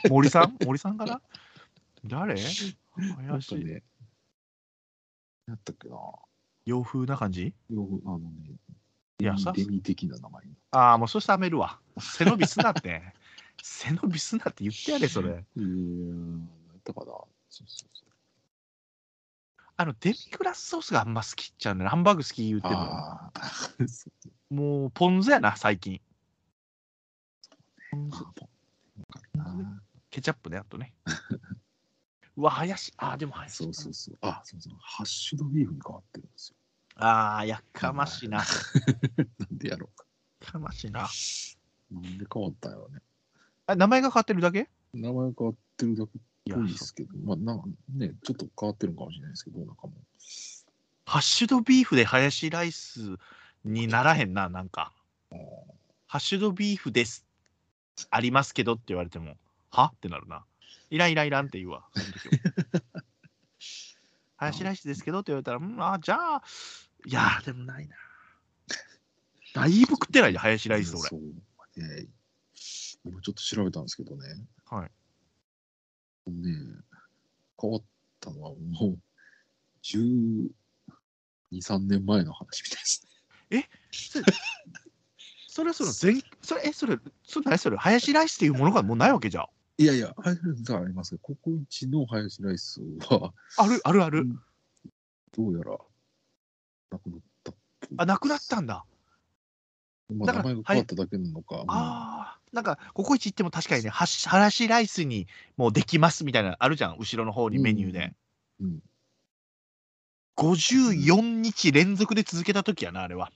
森さん森さんかな？誰？林。 ね。やったっけな。 洋風な感じ？ 洋風、あのね、 いやデミ的な名前に。 ああ、もうそしたらめるわ。背伸びすなって。背伸びすなって言ってやれ、それ。いやー、やったかな。そうそうそう。 あの、デミグラスソースがあんま好きっちゃうね。ハンバーグ好き言うても。もう、ポン酢やな、最近。ポン酢。ケチャップね、あとね。うわ、林。あ、でも林。 そうそうそう。あ、そうそう。ハッシュドビーフに変わってるんですよ。 ああ、やかましいな。 なんでやろうか。 やかましいな。 なんで変わったんやろうね。 あ、名前が変わってるだけ？ 名前が変わってるだけっぽいですけど、まあ、なんね、ちょっと変わってるかもしれないですけど、なんかもう。 ハッシュドビーフでハヤシライスにならへんな、なんか。ハッシュドビーフです。ありますけどって言われても、はってなるな。いらんいらんいらんって言うわ、その時は。ハヤシライスですけどって言われたら、うん、あ、じゃあ、いやー、でもないな。だいぶ食ってないで、ハヤシライス、俺。そうね。今ちょっと調べたんですけどね。 はい。 ね、変わったのはもうじゅうに、さんねんまえの話みたいですね。えそれはその全、それ、え、それ、それ何それ、ハヤシライスっていうものがもうないわけじゃん。 いやいや、ハヤシライスがありますけど、ココイチのハヤシライスは、 ある、あるある。 どうやら、なくなった。 あ、なくなったんだ。 まあ、名前が変わっただけなのか。 ああ、なんか、ココイチ行っても確かにね、ハヤシライスにもうできますみたいなのあるじゃん、後ろの方にメニューで。うん。うん、ごじゅうよっか連続で続けた時やな、あれは。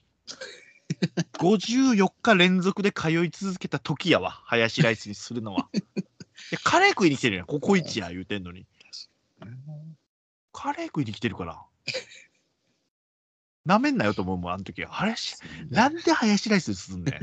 ごじゅうよっか連続で通い続けた時やわ、ハヤシライスにするのは。 やカレー食いに来てるやん。ココイチや言うてんのに。カレー食いに来てるから。なめんなよと思うもん、あの時は。あれし、なんでハヤシライスすんねん。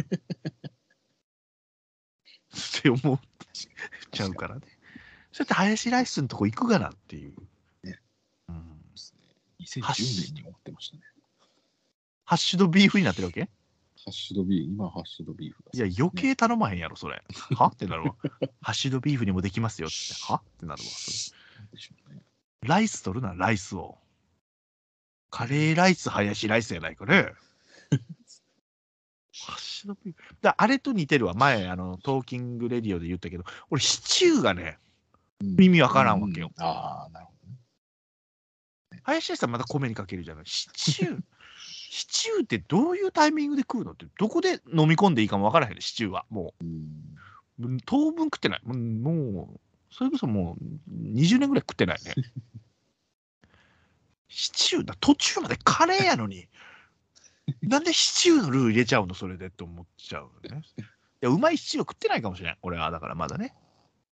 って思っちゃうからね。そうやってハヤシライスのとこ行くかなっていう。 ね。 うん、 にせんじゅうねんに思ってましたね。 ハッシュドビーフになってるわけ？ ハッシュドビーフ、今ハッシュドビーフ、 ね。いや、余計頼まへんやろ、それ。はってなるわ。ハッシュドビーフにもできますよって。はってなるわ。それでしょうね。ライス取るな、ライスを。カレーライス、ハヤシライスやないかね。ハッシュドビーフ。だあれと似てるわ。前、あの、トーキングレディオで言ったけど、俺、シチューがね、耳わからんわけよ。 うんうん、ああ、なるほどね。 ハヤシライスはまた米にかけるじゃない。シチュー。シチューってどういうタイミングで食うのって、どこで飲み込んでいいかもわからへんね、シチューは。もう、うん、当分食ってない。もう、それこそもうにじゅうねんぐらい食ってないね。シチューだ、途中までカレーやのに、なんでシチューのルー入れちゃうのそれでって思っちゃうね。いや、うまいシチューを食ってないかもしれない。俺は、だからまだね。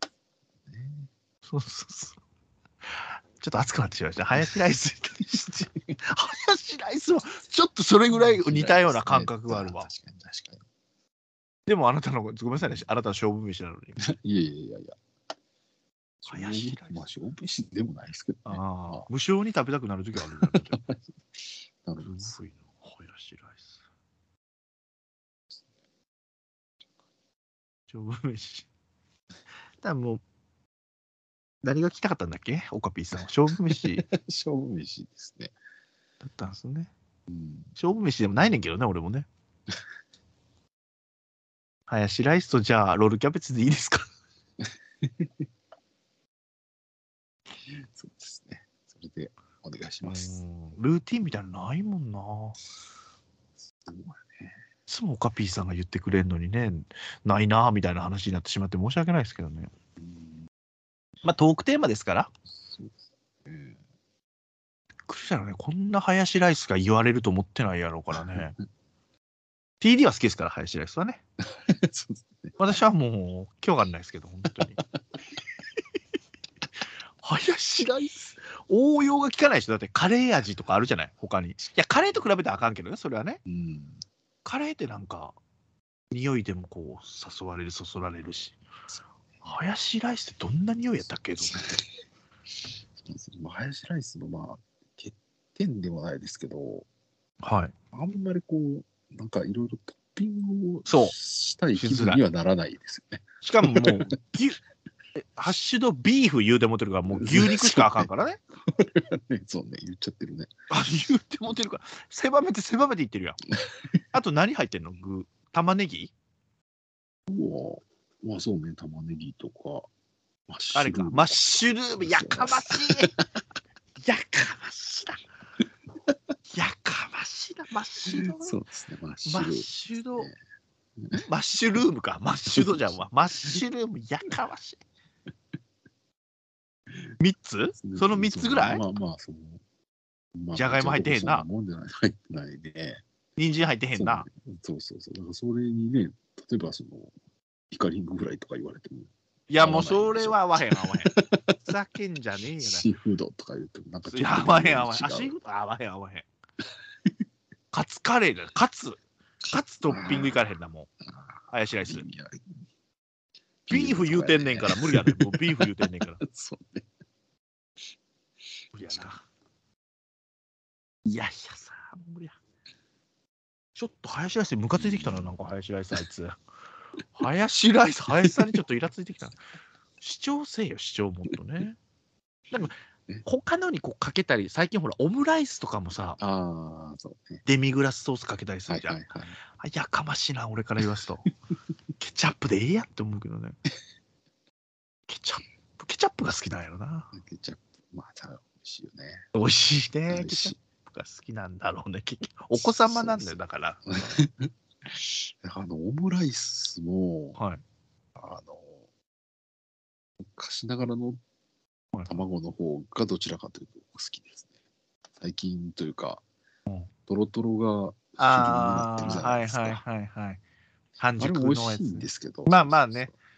そうそうそう。ちょっと熱くなってしまいました。ハヤシライス。ハヤシライスはちょっとそれぐらい似たような感覚があるわ。 確かに確かに。 でもあなたの、ごめんなさいね、あなたの勝負飯なのに。 いやいやいやいや。 ハヤシライス。 まあ、勝負飯でもないですけど、ね。 ああ、無性に食べたくなるときはある。なるほど。すごいな、ハヤシライス。勝負飯。多分もう、何が聞きたかったんだっけオカピーさんは。勝負飯。 勝負飯ですね。 だったんですね。 うん、 勝負飯でもないねんけどね、俺もね。ハヤシライスとじゃあ、ロールキャベツでいいですか？ そうですね。それでお願いします。 ルーティンみたいなのないもんな。 すごいね。 いつもオカピーさんが言ってくれるのにね、ないなみたいな話になってしまって申し訳ないですけどね。うん、まあ、トークテーマですから。そうですね。びっくりしたらね、こんなハヤシライスが言われると思ってないやろうからね。ティーディー は好きですから、ハヤシライスはね。そうですね。私はもう、今日がないですけど、本当に。ハヤシライス応用が効かない人だってカレー味とかあるじゃない他に。いやカレーと比べてあかんけどねそれはね、うん、カレーってなんか匂いでもこう誘われるそそられるし、ハヤシライスってどんな匂いやったっけと思ってハヤシライスのまあ欠点でもないですけど、 はい、 あんまりこうなんかいろいろトッピングをそうしたい気分にはならないですよね。 しかももうハッシュドビーフ言うてもてるからもう牛肉しかあかんからね。 そうね、言っちゃってるね。 あ、言うてもてるから。狭めて狭めて言ってるやん。あと何入ってんの具？玉ねぎ？ まあそうね、玉ねぎとか。 あれか、マッシュルーム、やかましい。やかましいな。やかましいな、マッシュルーム。 そうですね、マッシュルーム。マッシュド、マッシュルームか、マッシュドじゃんわ。マッシュルーム、やかましい。みっつ？そのみっつぐらい？ まあまあ、その。 じゃがいも入ってへんな。 もんじゃない、入ってないで。 人参入ってへんな。 そうそうそう。だからそれにね、例えばその、イカリングフライとか言われても。 いやもうそれは合わへん合わへん。ふざけんじゃねえよ。 シーフードとか言ってもなんかちょっと合わへん合わへん。あ、シーフード合わへん合わへん。カツカレーだよ。カツ。カツトッピングいかれへんなもん。ハヤシライス。ビーフ言うてんねんから無理やねん。もうビーフ言うてんねんから。そうね。無理やな。いやいやさ、無理や。ちょっとハヤシライスにムカついてきたな、なんかハヤシライスあいつ。ハヤシライス、ハヤシさんにちょっとイラついてきた。主張せえよ、主張もっとね。なんか他のにこうかけたり、最近ほら、オムライスとかもさ、 あそうね、 デミグラスソースかけたりするじゃん。 はいはいはい、 あ、やかましいな、俺から言わすと。ケチャップでええやんって思うけどね。ケチャップ、ケチャップが好きなんやろな。 ケチャップ、まあ、美味しいよね。 美味しいね。ケチャップが好きなんだろうね。お子様なんだよ、だから。 あの、オムライスも、 はい、 あの、昔ながらの卵の方がどちらかというと好きですね。最近というか、トロトロが主流になってるじゃないですか。 はいはいはいはい。半熟のやつ。あれも美味しいんですけど。 まあまあね。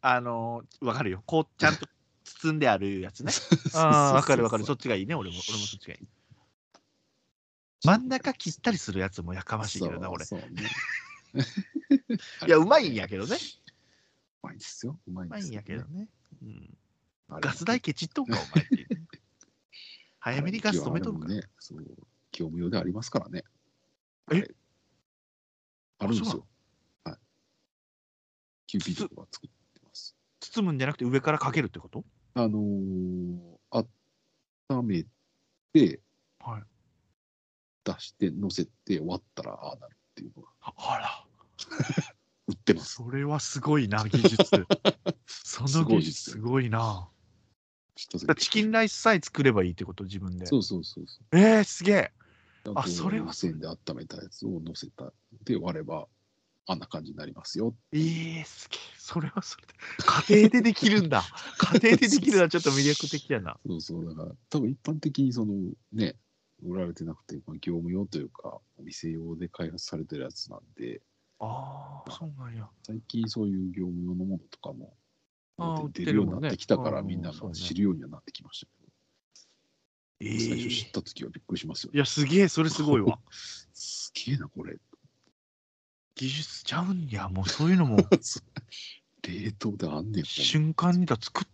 あのー、わかるよ。こう、ちゃんと包んであるやつね。ああ、わかるわかる。そっちがいいね。俺も、俺もそっちがいい。真ん中切ったりするやつもやかましいけどな、俺。 そうね。 いや、うまいんやけどね。 うまいですよ。うまいまいんですよね。 やけどね。うん、 あれガス代ケチっとんか、お前っていうね。早めにガス止めとんか。 あれもね、そう、業務用でありますからね。 えあれあるんですあそうよ。はい。キューピーとかは作ってます。 包むんじゃなくて上からかけるってこと？ あのー、温めて、 はい。 出して乗せて割ったらああなるっていうのがあら、 売ってます。 それはすごいな、技術。その技術すごいな。だチキンライスさえ作ればいいってこと、自分で。 そうそうそうそう。えー、すげえ。 う。 あ、それは線で温めたやつを乗せたで割ればあんな感じになりますよ。 えー、すげえ。それはそれで。家庭でできるんだ。家庭でできるのはちょっと魅力的やな。 そうそう。だから多分一般的にそのね、売られてなくて、まあ、業務用というか、お店用で開発されてるやつなんで、 ああ、そうなんや。 最近そういう業務用のものとかもあー出るようになってきたから、 売ってるもんねみんなうんうんが知るようにはなってきましたけど、 えー、 最初知った時はびっくりしますよね。 いや、すげえ、それすごいわ。 すげえな、これ。 技術ちゃうんや、もうそういうのも冷凍であんねん。 瞬間にだ作って、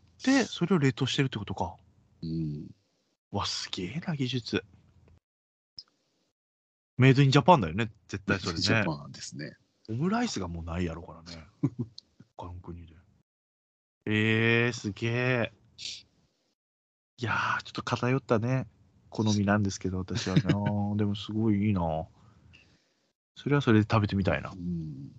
それを冷凍してるってことか。 うん。 わ、すげえな、技術。メイドインジャパンだよね、絶対それね。 ジャパンですね。 オムライスがもうないやろからね。他の国で。えー、すげえ。いやー、ちょっと偏ったね、好みなんですけど、私はな。でもすごいいいな。それはそれで食べてみたいな。 うん。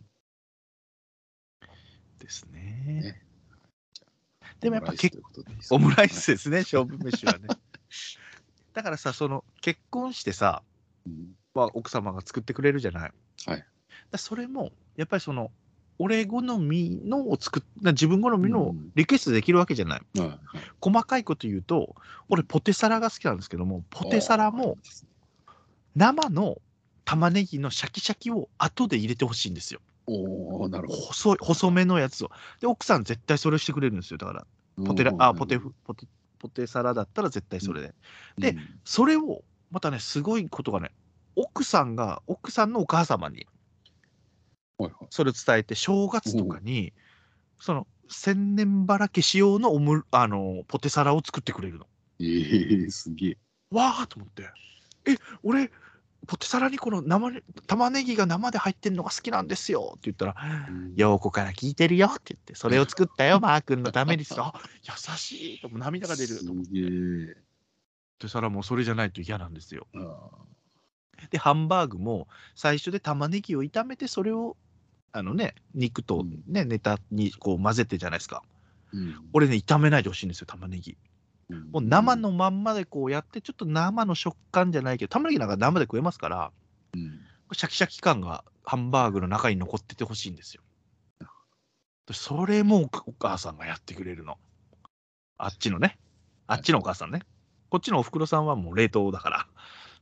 ですね。 ねでもやっぱ結構オムライスですね、勝負飯はね。だからさ、その結婚してさ、 うんまあ、奥様が作ってくれるじゃない。 はい。 だそれも、やっぱりその、俺好みのを作っ自分好みのうんリクエストできるわけじゃない。 はいはい細かいこと言うと、俺ポテサラが好きなんですけども、ポテサラも生の玉ねぎのシャキシャキを後で入れてほしいんですよ。 おおなるほど。 細い、細めのやつを。で、奥さん絶対それしてくれるんですよ。だから、ポテラ、あ、ポテフ、ポテ、ポテサラだったら絶対それで。で、それを、またね、すごいことがね、奥さんが、奥さんのお母様に、それを伝えて、正月とかに、その、千年ばらけし用のオム、あの、ポテサラを作ってくれるの。 ええー、すげえ。 わーと思って、え、俺、ポテサラにこの生ね玉ねぎが生で入ってるのが好きなんですよって言ったら、陽子から聞いてるよって言って、それを作ったよ、マー君のためにさ、優しいと、涙が出ると思って。ポテサラもそれじゃないと嫌なんですよ。で、ハンバーグも最初で玉ねぎを炒めて、それを、あのね、肉とね、ネタにこう混ぜてじゃないですか。うん、俺ね、炒めないでほしいんですよ、玉ねぎ。もう生のまんまでこうやって、ちょっと生の食感じゃないけど、玉ねぎなんか生で食えますから、うん、シャキシャキ感がハンバーグの中に残っててほしいんですよ。それもお母さんがやってくれるの。あっちのね。あっちのお母さんね。こっちのおふくろさんはもう冷凍だから。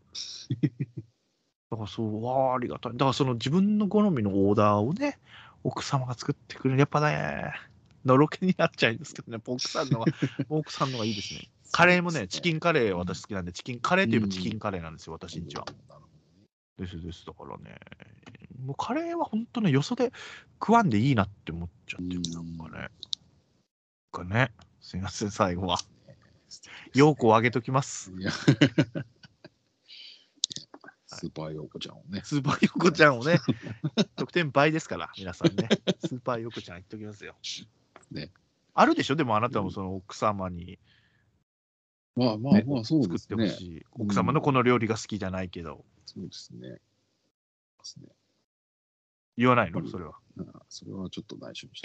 だからそう、わあ、ありがたい。だからその自分の好みのオーダーをね、奥様が作ってくれる。やっぱね、のろけになっちゃうんですけどね、奥さんのが、奥さんのがいいですね。カレーもね、チキンカレー私好きなんで、チキンカレーといえばチキンカレーなんですよ、私んちは。ですです。だからね、もうカレーは本当ね、よそで食わんでいいなって思っちゃってる、なんかね。かね、すみません、最後は。陽子をあげときます。 スーパーヨーコちゃんをね。 スーパーヨーコちゃんをね、得点倍ですから、皆さんね。スーパーヨーコちゃん言っときますよ。ね。あるでしょ、でもあなたもその奥様に。 まあまあまあ、そうですね。作ってほしい。奥様のこの料理が好きじゃないけど。 そうですね。 言わないのそれは。 それはちょっと内緒にして。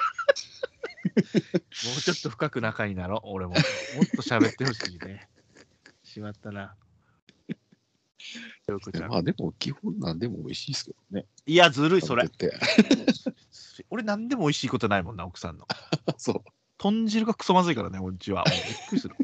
もうちょっと深く仲になろう、俺も。もっと喋ってほしいね。しまったな。 まあでも基本なんでも美味しいですけどね。 いや、ずるい、それ。俺なんでも美味しいことないもんな、奥さんの。 そう。 豚汁がクソまずいからね、うちは。びっくりする。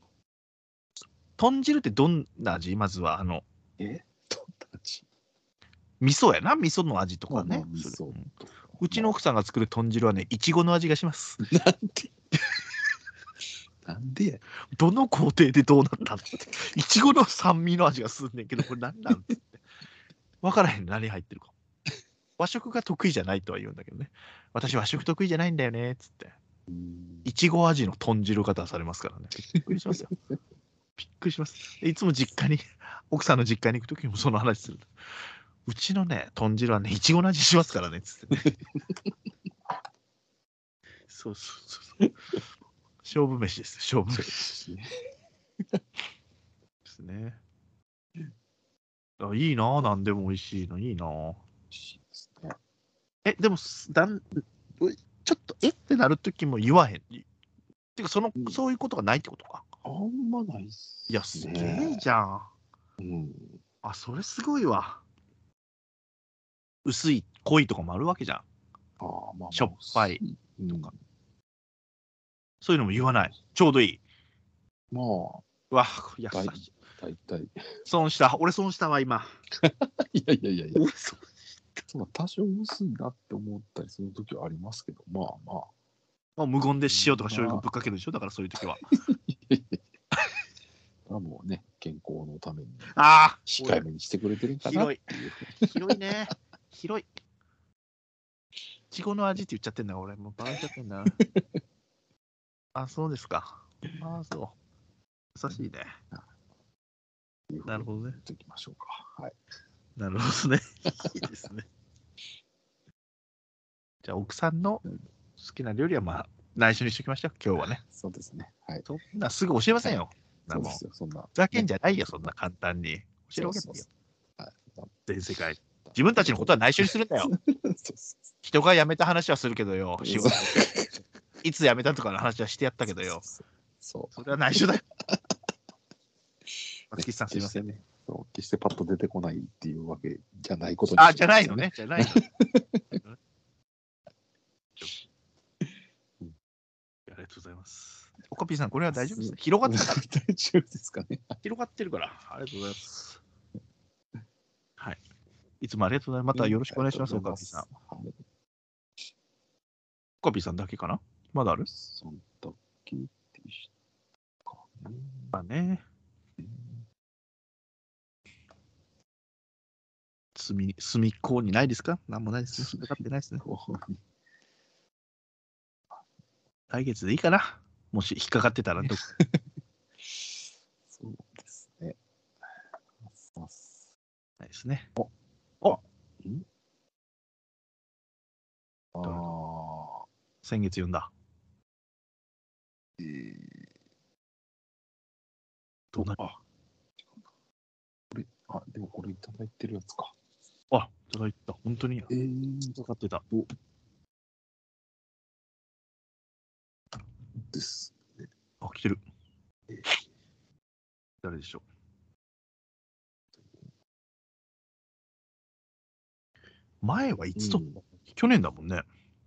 豚汁ってどんな味まずは、あの。 えどんな味味噌やな、味噌の味とかね。 味噌。 うちの奥さんが作る豚汁はね、いちごの味がします。 なんでなんでや。 どの工程でどうなったんって。いちごの酸味の味がすんねんけど、これ何なんって。分からへん、何入ってるか。和食が得意じゃないとは言うんだけどね。私和食得意じゃないんだよね、つって。いちご味の豚汁が出されますからね。びっくりしますよ。びっくりします。いつも実家に、奥さんの実家に行くときにもその話する。うちのね、豚汁はね、いちごの味しますからね、つってね。そうそうそうそう。勝負飯です、勝負飯ですね。ですね。あ、いいなぁ、なんでも美味しいの、いいなぁ。え、でも、だんちょっと、えってなるときも言わへん。てか、その、うん、そういうことがないってことか。 あんまないっす、 ね。いや、すげえじゃん。うん。あ、それすごいわ。薄い、濃いとかもあるわけじゃん。ああ、まあ、まあ、しょっぱいとか、うん。そういうのも言わない。ちょうどいい。まあ。わ、優しい。大体。損した。俺損したわ、今。 いやいやいやいや。俺損した。多少薄いなって思ったりするときはありますけど、まあまあ。 まあ、無言で塩とか醤油がぶっかけるでしょ、だからそういうときは。 もうね、健康のために。 ああ控えめにしてくれてるんかな。 広い。広いね。広い。いちごの味って言っちゃってんだ、俺。もうバカしちゃってんだ。あ、そうですか。ああ、そう。優しいね。なるほどね。 いきましょうか。はい。 なるほどね。いいですね。じゃあ、奥さんの好きな料理は、まあ、内緒にしておきましょう、今日はね。 そうですね。はい。 そんなすぐ教えませんよ。 そうですよ、そんな。 ふざけんじゃないよ、そんな簡単に。教えるわけないよ。全世界。自分たちのことは内緒にするんだよ。人が辞めた話はするけどよ、仕事。いつ辞めたとかの話はしてやったけどよ。そう。それは内緒だよ。松木さん、すいませんね。 決してパッと出てこないっていうわけじゃないことに。あ、じゃないのね。じゃないの。ありがとうございます。おかぴーさん、これは大丈夫ですか？広がってたから。 大丈夫ですかね。 広がってるから。ありがとうございます。はい。いつもありがとうございます。またよろしくお願いします、おかぴーさん。おかぴーさんだけかな？まだある？ そんだけでしたかね。 まあね。隅、隅っこにないですか？なんもないですね。引っかかってないですね。来月でいいかな。もし引っかかってたらどそうですね。 ないですね。 おおんああ。 先月読んだ。 えー、 どうなる？ あ、これ、あ、でもこれいただいてるやつか。 あ、いただいた。本当に。 えー、 かかってた。 おですね。 あ、来てる。えー、誰でしょう。前はいつと、うん、去年だもんね。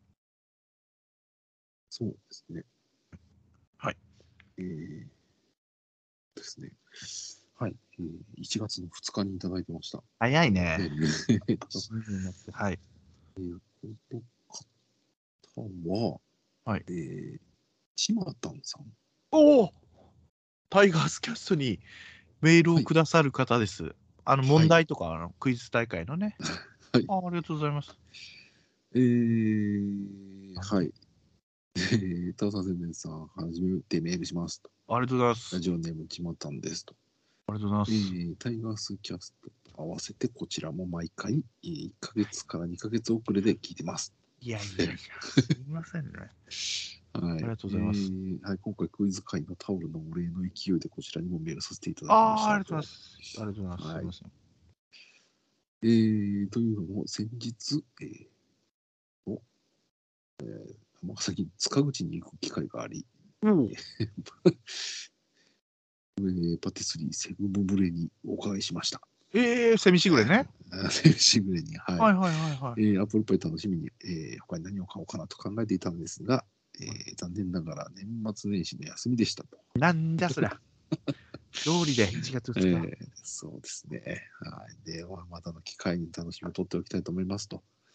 そうですね。 はい。 えー、ですね。はい、えー。いちがつのふつかにいただいてました。 早いね。はい。 えー、この方は、 はい。 えー、ちまたんさん。 おお、タイガースキャストにメールをくださる方です。はい、あの問題とか、はい、あのクイズ大会のね。はい。あ、ありがとうございます。 えー、はい。えー、タオさん、せんねんさん、はじめてメールしますと。 ありがとうございます。 ラジオネームちまたんですと。 ありがとうございます。 えー、タイガースキャストと合わせて、こちらも毎回、えー、いっかげつからにかげつ遅れで聞いてます。 いやいやいや、すみませんね。 はい、ありがとうございます、 えーはい。今回クイズ会のタオルのお礼の勢いでこちらにもメールさせていただきました。 ああ、ありがとうございます。ありがとうございます。はい、すみません。 えー、というのも、先日、えーおえー、尼崎塚口に行く機会があり、うんえー、パティスリーセブブブレにお伺いしました。 ええー、セミシグレね。 セミシグレに、はい。 はいはいはいはい。 えー、アップルパイ楽しみに、えー、他に何を買おうかなと考えていたんですが、えー、残念ながら年末年始の休みでしたと。 なんじゃそりゃ。料理でいちがつふつか、えー。そうですね。はい。で、またの機会に楽しみを取っておきたいと思いますと。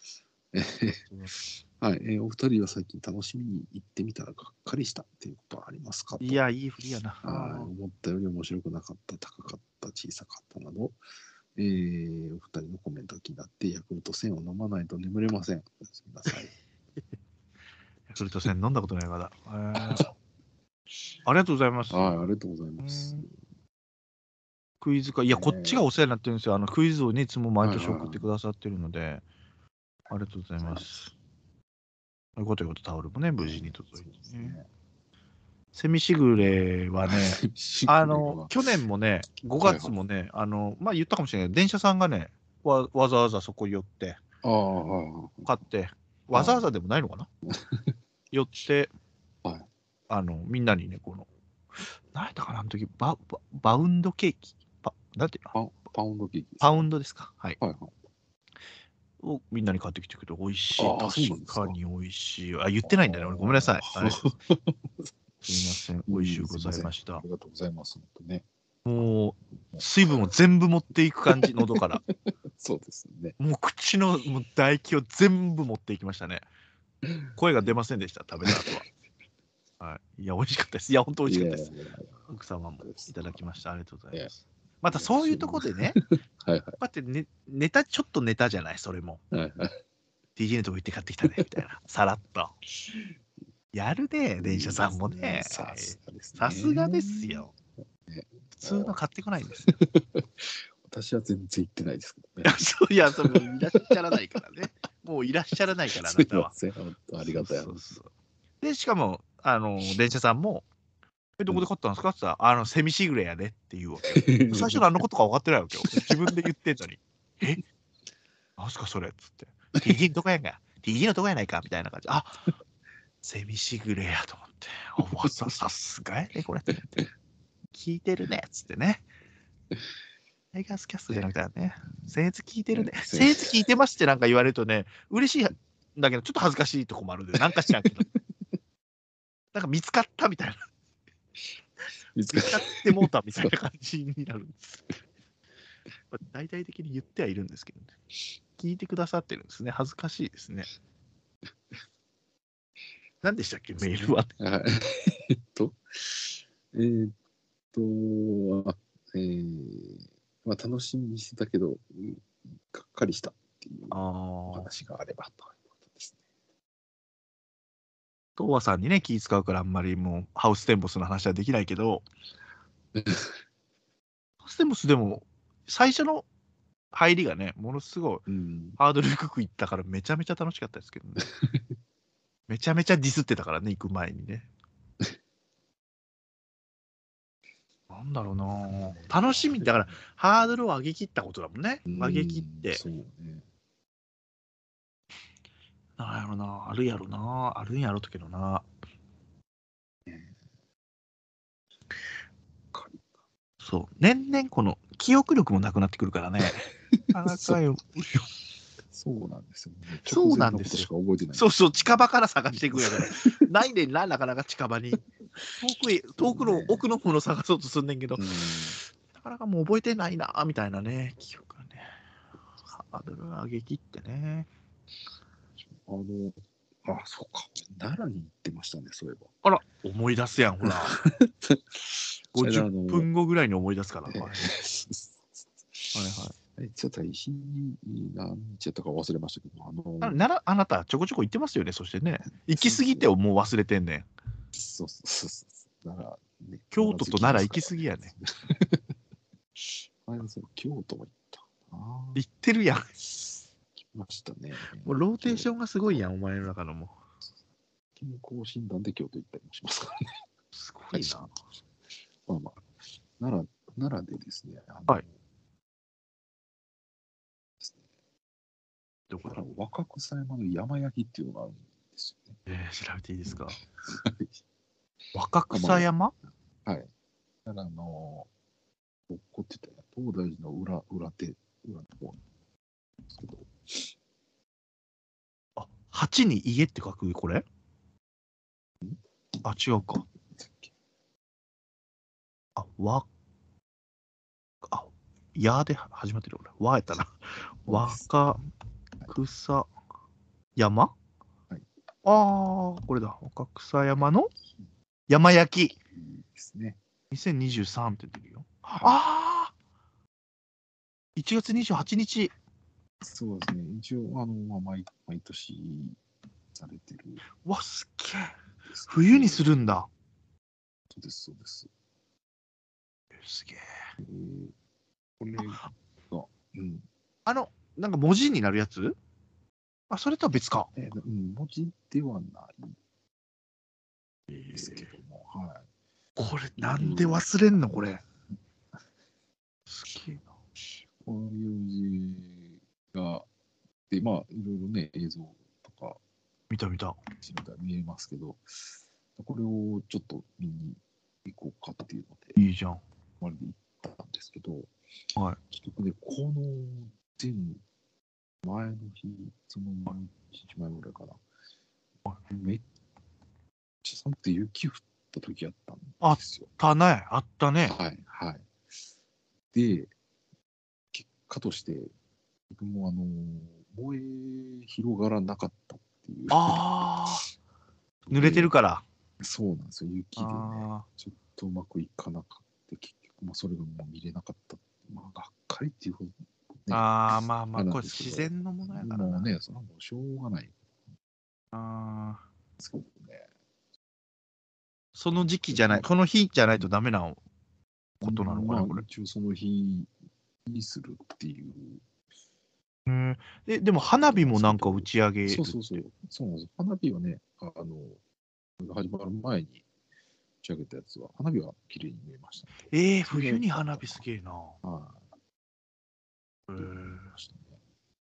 えーはい、えーお二人は最近楽しみに行ってみたらがっかりしたっていうことはありますかと。 いや、いい振りやな。 はい思ったより面白くなかった、高かった、小さかったなど、えーお二人のコメントが気になって、ヤクルトせんを飲まないと眠れません。おやすみなさい。 ヤクルト戦飲んだことないから。えーありがとうございます。 はい、ありがとうございうます。 んクイズか。いや、こっちがお世話になってるんですよ。あのクイズをね、いつも毎年送ってくださってるので、ありがとうございます。ということよことタオルもね、無事に届いてね。 ね。 セミシグレはね、あの、去年もね、ごがつもね、あの、まあ言ったかもしれない。電車さんがね、わわざわざそこ寄って、 ああ、はいはい買って、わざわざでもないのかな寄って、 はいあの、みんなにね、この、何やったかな、あの時、バババウンドケーキ、パなんていうのパパウンドケーキですか。 パウンドですか。はい。 はいはい。 をみんなに買ってきてくれて、美味しい。 ああそうなんですか確かに美味しい。あ、言ってないんだね。俺ごめんなさい。 あーあれすみません。美味しゅうございましたあ。りがとうございます。本当ね。 もう、水分を全部持っていく感じ、喉から。 そうですね。 もう口のもう唾液を全部持っていきましたね。声が出ませんでした、食べた後は。はい。いや、美味しかったです。いや、本当美味しかったです。 いやいやいや奥様もいただきました。ありがとうございいやます。またそういうところでね、 はいこうやってねネタ、ちょっとネタじゃない、それも。 はいはいはい。 ディージェー のとこ行って買ってきたね、みたいな。さらっと。やるね、電車さんもね。 さすがですね。 さすがですよ。 ね普通の買ってこないんですよ。 私は全然言ってないですけどねいや、。そういや、それもういらっしゃらないからね。もういらっしゃらないから、あすないたは。 ません。本当ありがたいそうそうそうで、しかも、あの、電車さんも、え、どこで買ったんですかって言ったら、あの、セミシグレやでって言うわけよ。最初何のことか分かってないわけよ。自分で言ってんのに。えなんすかそれっつって。ティージェー のとこやんか。ティージェー のとこやないかみたいな感じ。あセミシグレやと思って。おわさ、さすがやね、これ。聞いてるねっつってね。タイガースキャストじゃなくてね、僭越聞いてるね。僭越聞いてますってなんか言われるとね、嬉しいんだけど、ちょっと恥ずかしいとこもあるんで、なんかしらんけど。なんか見つかったみたいな。 見つか見つかってもうたみたいな感じになるんです。まあ大々的に言ってはいるんですけどね。聞いてくださってるんですね。恥ずかしいですね。何でしたっけ、メールは。 はいえっと、えーっと、あえーまあ、楽しみにしてたけど、うんがっかりしたっていうおああ。 話があればということです東和さんにね、気使うからあんまりもうハウステンボスの話はできないけど、 ね。 ハウステンボスでも最初の入りがね、ものすごいうん、 ハードル低くいったからめちゃめちゃ楽しかったですけどね。めちゃめちゃディスってたからね、行く前にね。なんだろうな楽しみ、だからハードルを上げ切ったことだもんね。上げ切って。 そうね。 なんやろなあるやろなあるんやろうけどなそう、年々この記憶力もなくなってくるからね。なかなかよ。 そうなんですよね。 そうなんですよ直前のことしか覚えてない。 そうそう、近場から探していくんやから。ないねんな、なかなか近場に。遠くへ、遠くの奥のものを探そうとすんねんけど、 うんなかなかもう覚えてないな、みたいなね、記憶がね。ハードル上げ切ってね。 あの、あ、そうか。奈良に行ってましたね、そういえば。 あら、思い出すやん、ほら。ごじゅっぷんごぐらいに思い出すから。はいはい。 えちょっと石に何日やったか忘れましたけど、あの、 あならあなた、ちょこちょこ行ってますよね、そしてね。行き過ぎてもう忘れてんねん。 そうそうそうそう。奈良、ね、 京都と奈良行き過ぎやねん。 あれそう京都も行ったな。 行ってるやん。 来ましたね。 もうローテーションがすごいやん、お前の中のも。 健康診断で京都行ったりもしますからね。 すごいな。 まあまあ、奈良、奈良でですね、あのはいどこだ奈良若草山の山焼きっていうのがあるんですよね。 えー、調べていいですか。若草山はい。奈良の、どこって言ったら、東大寺の裏、裏手、裏の方なんですけど、 あ、八に家って書くこれあ、違うか。あ、わ、あ、やで始まってる俺。わやったな。若草山、 はい、 ああ、これだ。若草山の山焼き。 ですね。 にせんにじゅうさんって出てるよ。 はい、 ああいちがつにじゅうはちにち。 そうですね。一応、あの、まあ、毎毎年されてる。 わ、すっげえ。冬にするんだ。 そうです、そうです。 すげえ。 えー、これが、うん。 あの、なんか文字になるやつ、あ、それとは別か。 えー、うん、文字ではないですけども、はい。 これ、なんで忘れんのこれ。すげえな。 こういう字が、で、まあ、いろいろね、映像とか、 見た見た。 見えますけど、これをちょっと見に行こうかっていうので、 いいじゃん。 まるで行ったんですけど、 はい。 結局ね、この前、前の日、そのいちにちまえぐらいかな、めっちゃ寒くて雪降った時やったんですよ。 あったね。あったね。 はい、はい。で、結果として、僕もあの、燃え広がらなかったっていう。 ああ。濡れてるから。 そうなんですよ、雪でね、 あちょっとうまくいかなかった。結局、まあ、それがもう見れなかった。まあ、がっかりっていうほど、 あ。 ね、 ああ、まあまあ、 あれなこれんですけど、 自然のものやからな。 もうね、それはもうしょうがないでああ。 すけどね。 その時期じゃない、この日じゃないとダメなことなのかな、 まあ、 これ。 一応その日にするっていう。 へえ。え、でも花火もなんか打ち上げるって。 そうそうそう。そうなんです。花火はね、あの、始まる前に打ち上げたやつは、花火は綺麗に見えましたので。 えー、 それが冬に花火すげえな。 はい。 へえ。 見ましたね。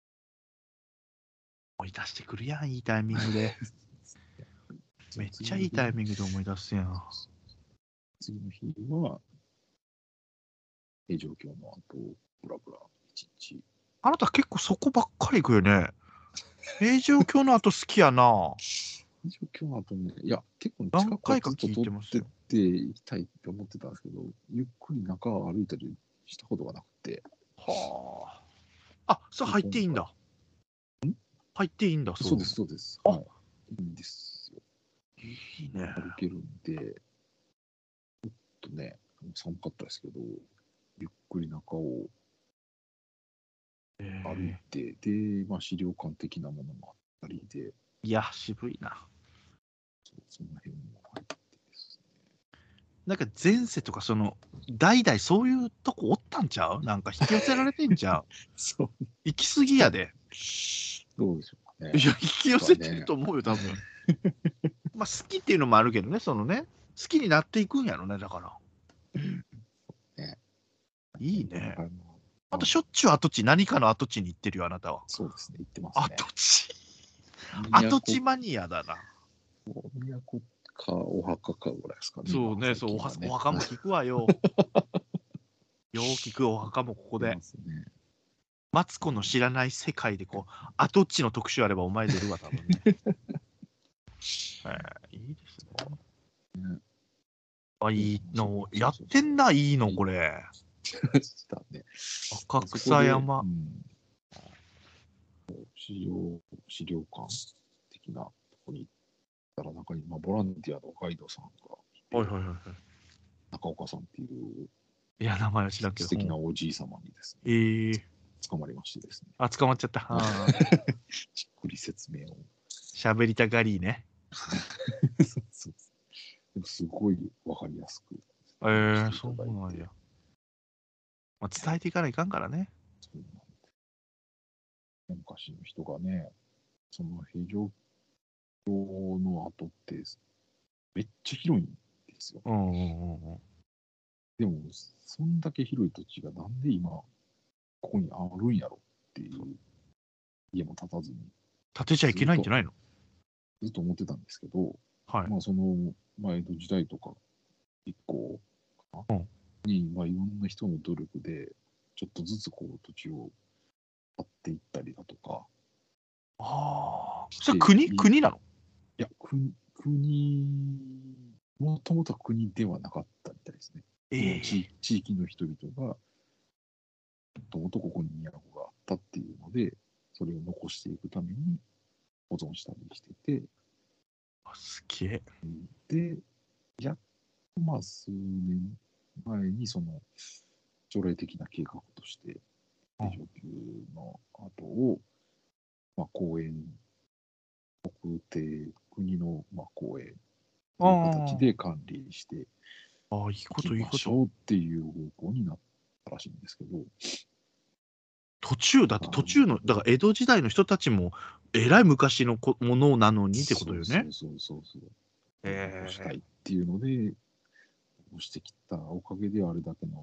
思い出してくるやん、いいタイミングで。めっちゃいいタイミングで思い出すやん。 次の日は、平城京の後、ブラブラ一日。 あなた結構そこばっかり行くよね。平城京の後好きやな。 平城京の後ね、いや、結構近くは何回かずっと撮聞いてますよ。 ってって行きたいって思ってたんですけど、ゆっくり中を歩いたりしたことがなくて。 はあ。あ、それ入っていいんだ。入っていいんだ、 そうです、そうです。 あ、 はい。いいんですよ。 いいね。 歩けるんで、ちょっとね、寒かったですけど、ゆっくり中を歩いて、で、まあ、資料館的なものもあったりで、 いや、渋いな。 その辺も入ってですね。 なんか前世とかその代々そういうとこおったんちゃう？なんか引き寄せられてんちゃう？ そう。 行き過ぎやで。 どうでしょうかね。 いや、引き寄せてると思うよ、多分。まあ好きっていうのもあるけどね、そのね、好きになっていくんやろね、だから。 ね、 いいね。 あのあとしょっちゅう跡地、何かの跡地に行ってるよ、あなたは。 そうですね、言ってますね。 跡地。跡地マニアだな。 都かお墓かぐらいですかね。 そうね、そう、おはお墓も聞くわよ。よう聞くお墓もここで。 ね、 マツコの知らない世界でこう、跡地の特集あればお前出るわ、多分ね。えー、いいですね。ね、あ、いいの、やってんな、いいの、これ。 したね。 赤草山。 資料、資料館的なとこに行ったら、中に、まあ、ボランティアのガイドさんが、 はいはいはい。 中岡さんっていう、 いや、名前は知らんけど。 素敵なおじい様にですね、 えー、 捕まりましてですね。 あ、捕まっちゃった。 じっくり説明を。 喋りたがりね。 そうそう、でもすごいわかりやすく。 えー、そうなんや。まあ、伝えていかないかんからね。 そうなんで昔の人がね、その平城京の後ってめっちゃ広いんですよ。 うんうんうんうん。 でも、そんだけ広い土地がなんで今、ここにあるんやろっていう家も建たずに。 建てちゃいけないんじゃないの？ ずっと思ってたんですけど、 はい。 まあその、まあ、江戸時代とか以降に、まあいろんな人の努力で、ちょっとずつこう土地を買っていったりだとか。 ああ。それ国国なの？ いや、国、国、もともとは国ではなかったみたいですね。えー、地, 地域の人々が、もともとここに都があったっていうので、それを残していくために、 保存したりしてて、 あすげえ。 で、やっとまあ数年前にその条例的な計画として、定常級の後を、まあ、公園、国定、国のまあ公園という形で管理してああ、いいいこといいこと。 きましょうっていう方向になったらしいんですけど、 途中、だって途中の、だから江戸時代の人たちも、えらい昔のこものなのにってことよね。 そうそうそうそう。 え残したいっていうので、残してきたおかげであれだけの、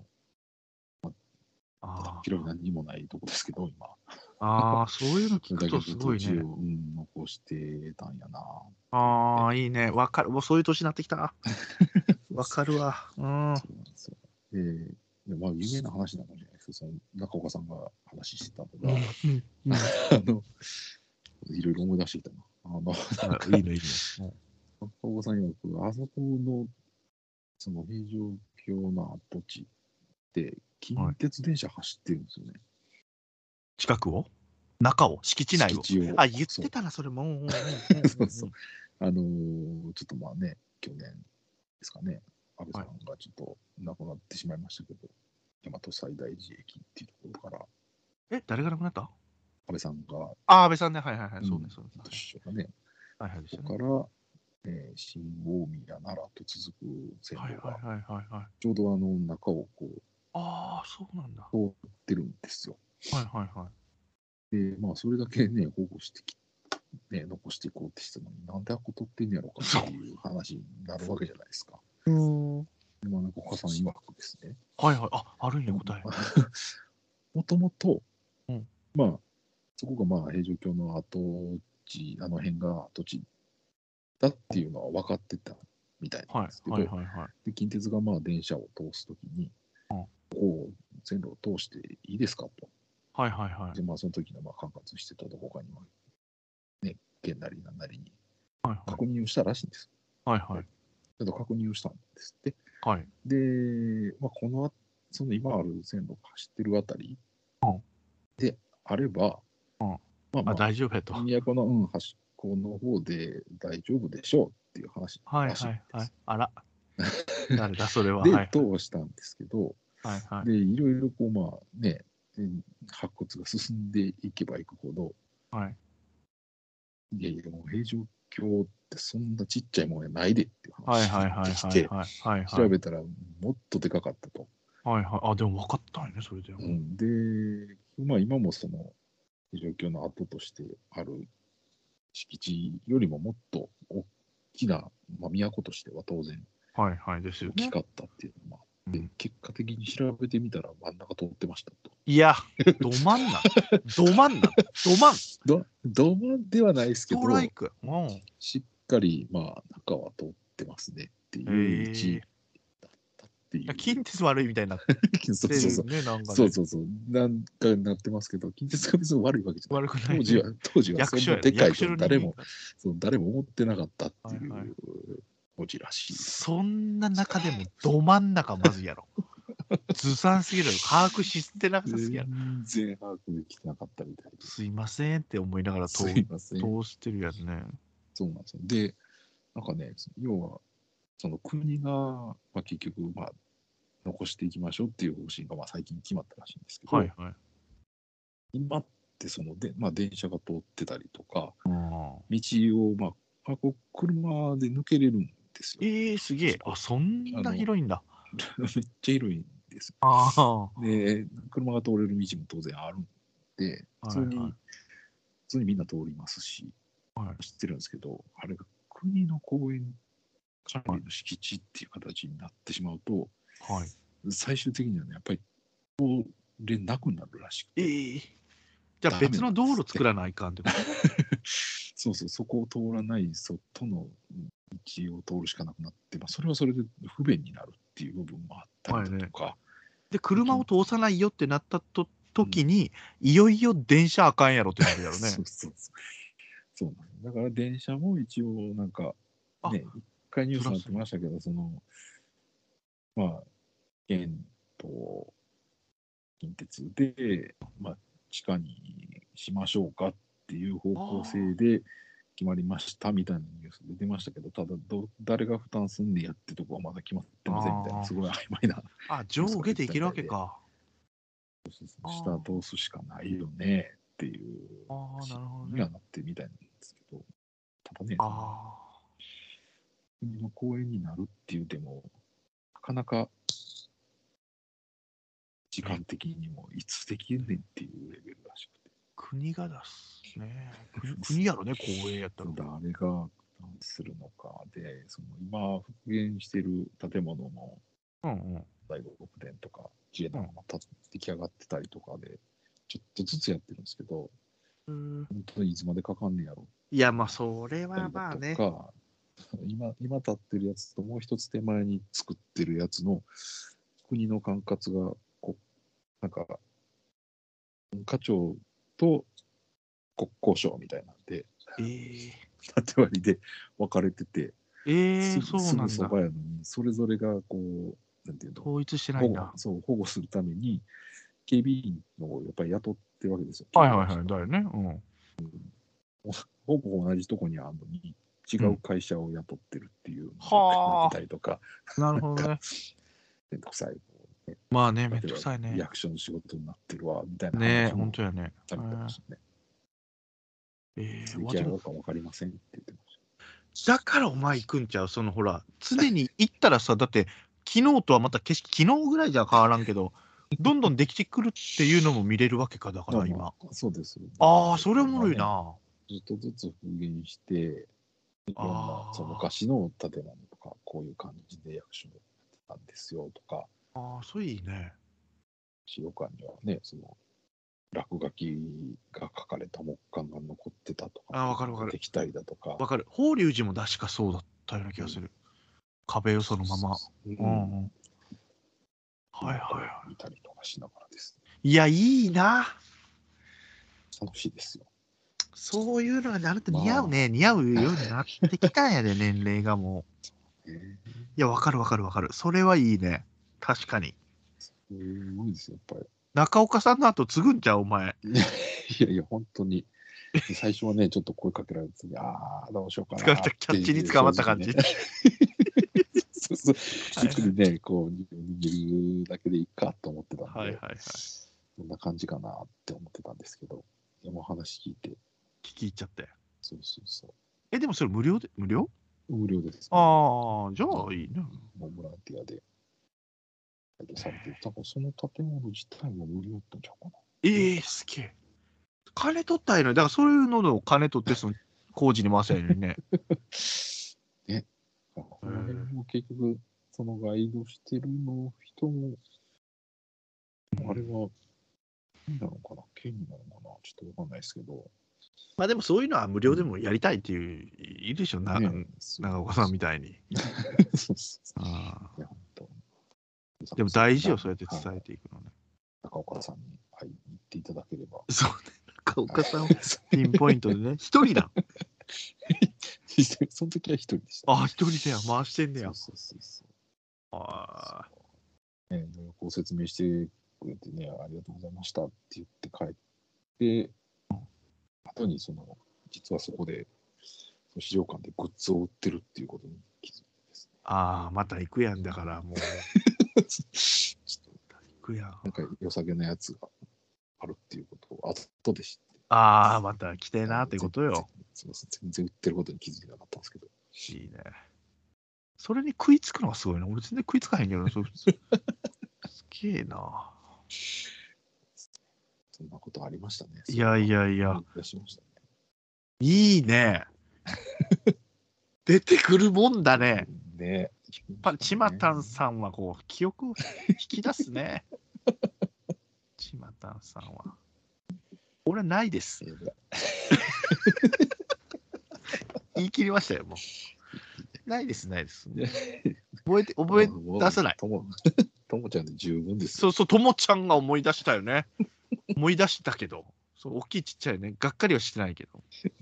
あ広い何にもないとこですけど、今。 あー、そういうの聞くとそれだけのすごいね。 土地を、うん、残してたんやな。 ああ、いいね。わかる。もうそういう年になってきた。わかるわ。うん。 そうなんですよ。で、でまあ、有名な話なのかもしれないですけど、その中岡さんが話してたのが、 うんうんあの、いろいろ思い出してきたな。あの、 うんいいね、いいね。 中岡さん曰く、あそこの、その平城京の跡地って、近鉄電車走ってるんですよね。 近くを中を敷地内を。 敷地を。 あ、言ってたな、それも。うんうんうんうんそうそう。あのーちょっとまあね、去年ですかね、安倍さんがちょっと亡くなってしまいましたけど、大和西大寺駅っていうところから、 え、誰が亡くなった安倍さんが、 あ、安倍さんね。はいはいはい。 うんそうね、そうね。 首相がね、 はいはい。でしたね。 ここから、えー新大宮、奈良と続く線路が、 はいはいはいはいはい。 ちょうどあの中をこうああ、そうなんだ。 通ってるんですよ。 はいはいはい。 で、まあ、それだけね、保護してきね、残していこうってしたのに、なんであこ取ってんやろうかっていう話になるわけじゃないですか。 うん。はで、まあ、中岡さん曰くですね、 いはい。あ、あるんや、答え。 もともと、 うんまあ、そこがまあ平城京の跡地、あの辺が跡地だっていうのは分かってたみたいなんはいですけど、 はいはいはい。 で近鉄がまあ電車を通すときに、 うんここを線路を通していいですかと。 はいはいはい。 で、まあ、その時のまあ管轄してたどこかには、ね、県なりなんなりにはいはい。 確認をしたらしいんです。 はいはい。 ちょっと確認をしたんですって。 はい。 で、まあ、この、その今ある線路が走ってるあたりうんであれば、 うんあ、 まあまあ、 大丈夫やと。 都の、うん、端っこの方で大丈夫でしょうっていう話はいらしいんはいはいです。。 あら、誰だそれは。 で、 はい通したんですけど、 はいはい。 で、いろいろこう、まあね、で発掘が進んでいけばいくほど、 はい。 いやいや、もう平城京ってそんなちっちゃいもんやないでっていうはい話になっはいはいてきて、 はいはいはいはい。 調べたらもっとでかかったと。 はいはい。あ、でも分かったんやね、それで。 うん、で、まあ今もその平城京の跡としてある敷地よりももっと大きな、まあ、都としては当然はいはいですよね。 大きかったっていうのもあって、 うん結果的に調べてみたら真ん中通ってましたと。 いや、ど真ん中。ど真ん中。ど真ん。 ど、ど真ではないですけどスト、ライク。うん。 しっかりまあ中は通ってますねっていう位置だったっていう。 近鉄悪いみたいになってそうそうそう。 るね、なんかね。 そうそうそう。なんかになってますけど、近鉄が別に悪いわけじゃない。 悪くないね当時は、当時はそん役所やねなでかい役所の人間と誰もが、 そう誰も思ってなかったっていうはいはい文字らしいです。 そんな中でもど真ん中まずいやろ。ずさんすぎるよ。把握してなさすぎやろ。 全然把握できてなかったみたいで。 すいませんって思いながら通すいません。 通してるやんね。 そうなんですよ。で、なんかね、要は、その国が、まあ、結局、まあ、残していきましょうっていう方針が、まあ、最近決まったらしいんですけど、 はいはい。 今ってそので、まあ、電車が通ってたりとか、 うん道を、まあ、あこう車で抜けれるんですよ。 えー、すげえ。あ、そんな広いんだ。 めっちゃ広いんですよ。 ああ。 で、車が通れる道も当然あるんで、普通に、 はいはい普通にみんな通りますし、 はい知ってるんですけど、あれが国の公園管理の敷地っていう形になってしまうと、 はい。 最終的にはね、やっぱり通れなくなるらしくえて。 ー、じゃあ別の道路作らないかんってことそうそう、そこを通らない外の道を通るしかなくなって、まあ、それはそれで不便になるっていう部分もあったりだとか。 で、車を通さないよってなったと時に、いよいよ電車あかんやろってなるやろね。 そうそうそう。そうなんです。だから電車も一応なんか、 あね、一回ニュースになってましたけど、その、まあ、県と近鉄で、まあ、地下にしましょうかっていう方向性で決まりましたみたいなニュース出てましたけど、ただど、誰が負担すんねやってとこはまだ決まってませんみたいな、すごい曖昧な。 あ、上下でいけるわけか。 下通すしかないよねっていう、 ああ、なるほどね。 にはなってみたいなんですけど、ただね、 あ国の公園になるっていうでも、なかなか時間的にもいつできるねんっていうレベルらしくて。 国が出すね。国国やろね、公園やったら。 誰が負担するのかで、その今復元している建物のうんうん。 第五国殿とか自衛団が出来上がってたりとかで、ちょっとずつやってるんですけど、 うん本当にいつまでかかんねやろいや、まあ、それはまあね。 とか、今、今立ってるやつともう一つ手前に作ってるやつの国の管轄が、こう、なんか、文化庁と国交省みたいなんで、 えー、 縦割りで分かれてて、 えー、 すそうなんだすぐそば。やのに、それぞれがこう、なんていうの、 統一してな保護いんだ。 そう保護するために、警備員をやっぱり雇ってるわけですよ。 はいはいはい。だよね。うん。 ほぼ同じとこにあるのに、違う会社を雇ってるっていうのはあが出たりとか、 なるほどね。 めんどくさい。 まあね、め例えばんどくさいね。 役所の仕事になってるわ、みたいなねえ、 話もほんとやね。 されてましたね。 えー、 出来上がるか分かりませんって言ってましだからお前行くんちゃうそのほら、常に行ったらさ、だって昨日とはまた景色、昨日ぐらいじゃ変わらんけど、どんどんできてくるっていうのも見れるわけか、だかた。 ら今。 まあ、そうです。 ああ、それおもろいね。 な。 ずっとずつ復元して、いろんなあーその昔の建物とか、こういう感じで役所なんですよとか、 ああ、それいいね。 資料館にはね、その落書きが書かれた木簡が残ってたとか、 あーわかるわかる出てきたりだとか。 わかる。法隆寺も確かそうだったような気がする。壁をそのまま。 うんうんうん。はいはいは見たりとかしながらです。 い。いや、いいな。 楽しいですよ。 そういうのがね、あなた似合うね。似合うようになってきたんやで、年齢がもう。 えー、 いや、わかるわかるわかる。それはいいね。確かに。 すごいですよ、やっぱり。 中岡さんの後継ぐんちゃうお前。 いやいや、本当に。最初はね、ちょっと声かけられて、ああ、どうしようかなって。 キャッチに捕まった感じ。 ね、そうそう。口くにね、こう、握るだけでいいかと思ってたんで、 はいはいはい。 そんな感じかなって思ってたんですけど、でも話聞いて。 聞き入っちゃって。 そうそうそう。 え、でもそれ無料で、無料無料です、ね。 ああ、じゃあいいね。 もうボランティアで。されてる。多分その建物自体も無料だったんちゃうかな。 ええー、すげえ。金取ったらいいのに、だからそういうのの金取ってその工事に回せばいいのにね。 ね。この辺も結局、そのガイドしてるの人も、あれは、何なのかな権利なのかなちょっとわかんないですけど。 まあでもそういうのは無料でもやりたいっていう、いいでしょ、な、 ね、 長岡さんみたいに。 そうそうそうあいや本当でも大事よ、そうやって伝えていくのね。 中岡さんに会いに行っていただければ。 そうね、中岡さんをピンポイントでね、一人だ。 その時は一人でした。 あ、一人でや、回してんねや。 そうそうそう。 ああ。ね、こう説明してくれてね、ありがとうございましたって言って帰って、後にその、実はそこで、資料館でグッズを売ってるっていうことに気づいてですね。 あ、また行くやんだから、もう。 ちょっと行くやん。 なんか良さげなやつがあるっていうことを後で知って。 ああ、また来てえなってことよ。 すみません、全然売ってることに気づいてなかったんですけど。 いいね。それに食いつくのがすごいな。俺全然食いつかへんけどな、それすげえな。 そんなことありましたね。 いやいやいや。 いしましたね、 いいね。出てくるもんだね。 ね。やっぱりちまたんさんはこう記憶を引き出すね。ちまたんさんは。俺はないです。言い切りましたよ、もう。ないです、ないです。覚えて、覚え出さない。 とも、ともちゃんで十分です。 そうそう、ともちゃんが思い出したよね。思い出したけど、そう大きいちっちゃいね、がっかりはしてないけど。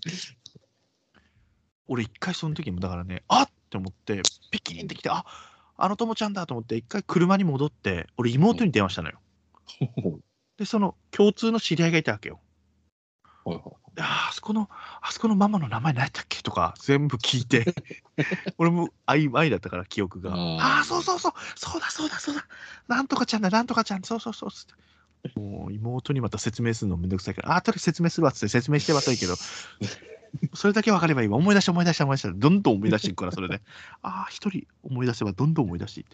俺一回その時もだからね、あっって思って、ピキーンってきて、ああのともちゃんだと思って、一回車に戻って、俺妹に電話したのよ。で、その共通の知り合いがいたわけよ。 あそこの、あそこのママの名前何やったっけとか全部聞いて、俺も曖昧だったから記憶が。ああ、そうそうそう、そうだそうだそうだ、なんとかちゃんだ、なんとかちゃん、そうそうそうつって。もう妹にまた説明するのめんどくさいから、ああ、とりあえず説明するわっつって説明してはといいけど、それだけ分かればいいわ。思い出した思い出した思い出した。どんどん思い出していくから、それで。ああ、一人思い出せばどんどん思い出していって。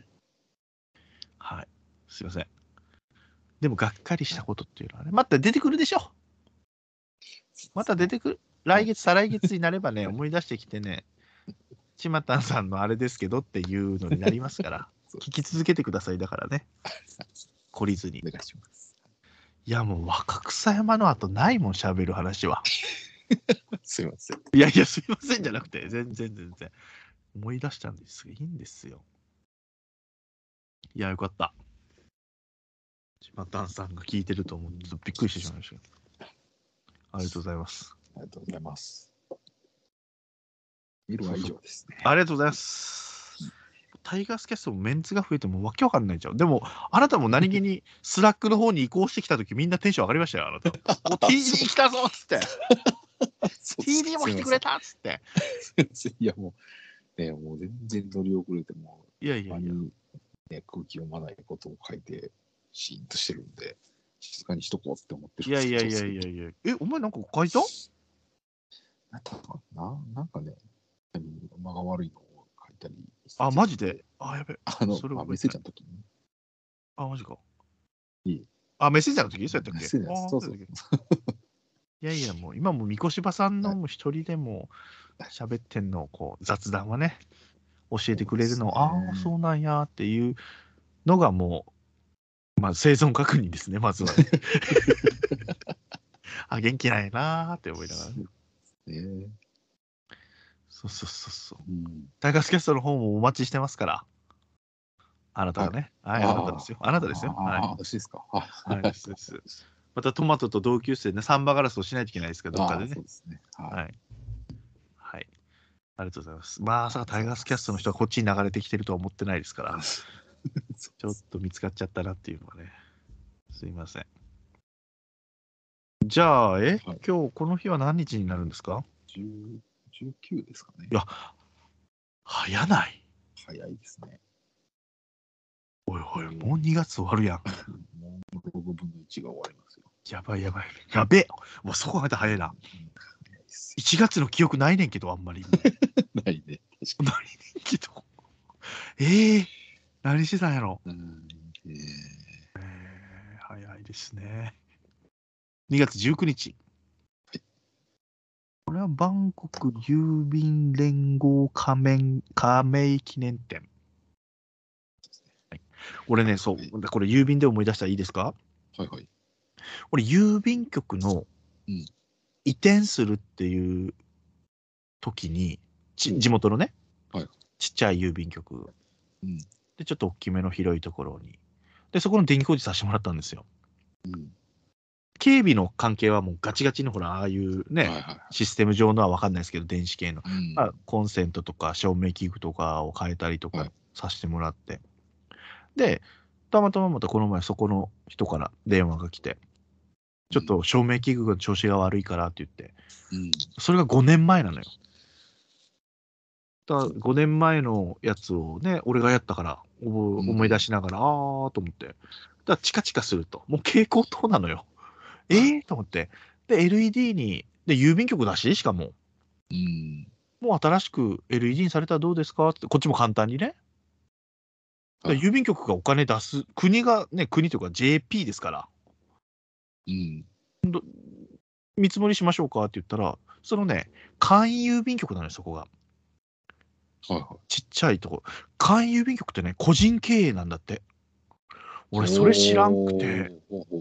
はい。すいません。でも、がっかりしたことっていうのはね、また出てくるでしょ。また出てくる。来月、再来月になればね、思い出してきてね、ちまたんさんのあれですけどっていうのになりますから、聞き続けてください。だからね、懲りずに。 お願いします。 いや、もう若草山の後ないもん、喋る話は。 すいません。 いやいや、すいませんじゃなくて、全然全然。思い出したんですいいんですよ。いや、よかった。ちまたんさんが聞いてると思うと、ちょっとびっくりしてしまいました。ありがとうございます。 ありがとうございます。見るは以上ですね。 ありがとうございます。タイガースキャストもメンツが増えてもわけわかんないじゃん。でも、あなたも何気にスラックの方に移行してきたとき、みんなテンション上がりましたよ、あなた。もう ティーディー 来たぞっつって。ティーディー も来てくれたっつって。 いや、もう、ね、もう全然乗り遅れても、 いやいやいや。 ね、空気読まないことを書いて、シーンとしてるんで、静かにしとこうって思ってるいやいやいやいやいや。え、お前なんか書いたなんかな、なんかね、間が悪いのを書いたり。 あ、マジであ、やべ。 あの、 それあメッセージの時に。 あ、マジか。 いい。 あ、メッセージの時そうやったっけそうそう。 いやいや、もう今も三越場さんのも一人でも喋ってんの、こう雑談はね、教えてくれるの、ああ、そうなんやっていうのがもう、まあ、生存確認ですね、まずは、ね。あ、元気ないなーって思いながらね。 ねそうそうそうそう。 うん、 タイガースキャストの方もお待ちしてますから。あなたがね。はい、はい、あなたですよ。あなたですよ。はい。 私ですか。 はい、ですです。またトマトと同級生ね、サンバガラスをしないといけないですけど、どっかでね。 そうですね。 はい。はい。はい。ありがとうございます。まさかタイガースキャストの人はこっちに流れてきてるとは思ってないですから、ちょっと見つかっちゃったなっていうのはね。すいません。じゃあ、え、はい、今日この日は何日になるんですか ? じゅうきゅうですかね。 いや、早ない。 早いですね。 おいおい、もうにがつ終わるやん。 もうろくぶんのいちが終わりますよ。 やばいやばい。やべえ。もうそこまで早いな。いちがつの記憶ないねんけど、あんまり。 ないね。 ないねんけど。ええー、何してたんやろ。 うんえー、 えー、早いですね。にがつじゅうくにち。はい、これはバンコク郵便連合加盟加盟記念展。はい、俺ね、そう、はい、これ郵便で思い出したらいいですか？ はいはい。 俺、郵便局の移転するっていう時に、ち地元のね、はい、ちっちゃい郵便局、うん、で、ちょっと大きめの広いところに、で、そこの電気工事させてもらったんですよ。うん、警備の関係はもうガチガチのほら、ああいうね、はいはいはい、システム上のは分かんないですけど、電子系の、うんまあ、コンセントとか照明器具とかを変えたりとかさせてもらって、はい、で、たまたままたこの前そこの人から電話が来て、ちょっと照明器具の調子が悪いからって言って、うん、それがごねんまえなのよ。だからごねんまえのやつをね、俺がやったから思い出しながら、うん、あーと思って。だからチカチカすると。もう蛍光灯なのよ。えーと思って。で、エルイーディー に、で、郵便局だし、しかも。うん、もう新しく エルイーディー にされたらどうですかって、こっちも簡単にね。だ郵便局がお金出す、国がね、国というか ジェーピー ですから。うん。見積もりしましょうかって言ったら、そのね、簡易郵便局なのよ、そこが。はいはい、ちっちゃいとこ。簡易郵便局ってね、個人経営なんだって。俺、それ知らんくて。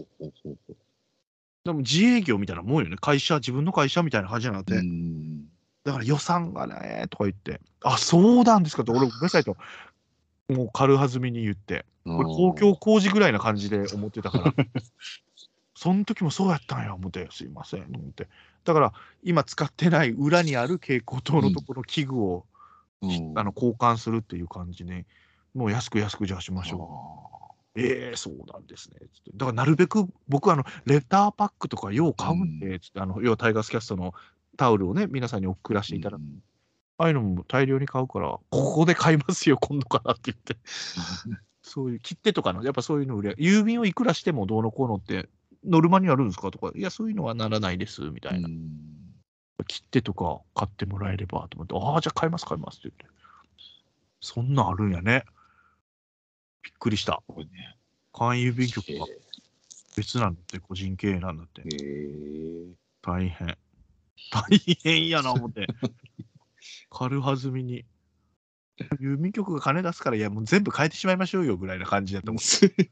でも自営業みたいなもんよね。会社、自分の会社みたいな感じになって。だから予算がね、とか言って、あ、そうなんですかって、俺、ごめんなさいと、もう軽はずみに言って、これ公共工事ぐらいな感じで思ってたから。その時もそうやったんや、思って、すいません、思って。だから、今使ってない裏にある蛍光灯のところの器具を、うん、あの交換するっていう感じで、もう安く安くじゃあしましょええー、そうなんですね。つってだからなるべく僕はあのレターパックとかよう買うんで、つってあの要はタイガースキャストのタオルをね、皆さんに送らせていただく。 うん、 ああいうのも大量に買うから、ここで買いますよ、今度からって言って。そういう切手とかの、やっぱそういうの売れ、郵便をいくらしてもどうのこうのって、ノルマにあるんですかとか、いや、そういうのはならないです、みたいな。 うん、 切手とか買ってもらえればと思って、ああ、じゃあ買います、買いますって言って。そんなんあるんやね。びっくりした。 これね。 簡易郵便局へが別なんだって、個人経営なんだって。 え。へえ。 大変。大変やな、思って。軽はずみに。郵便局が金出すから、いや、もう全部変えてしまいましょうよぐらいな感じだと思う。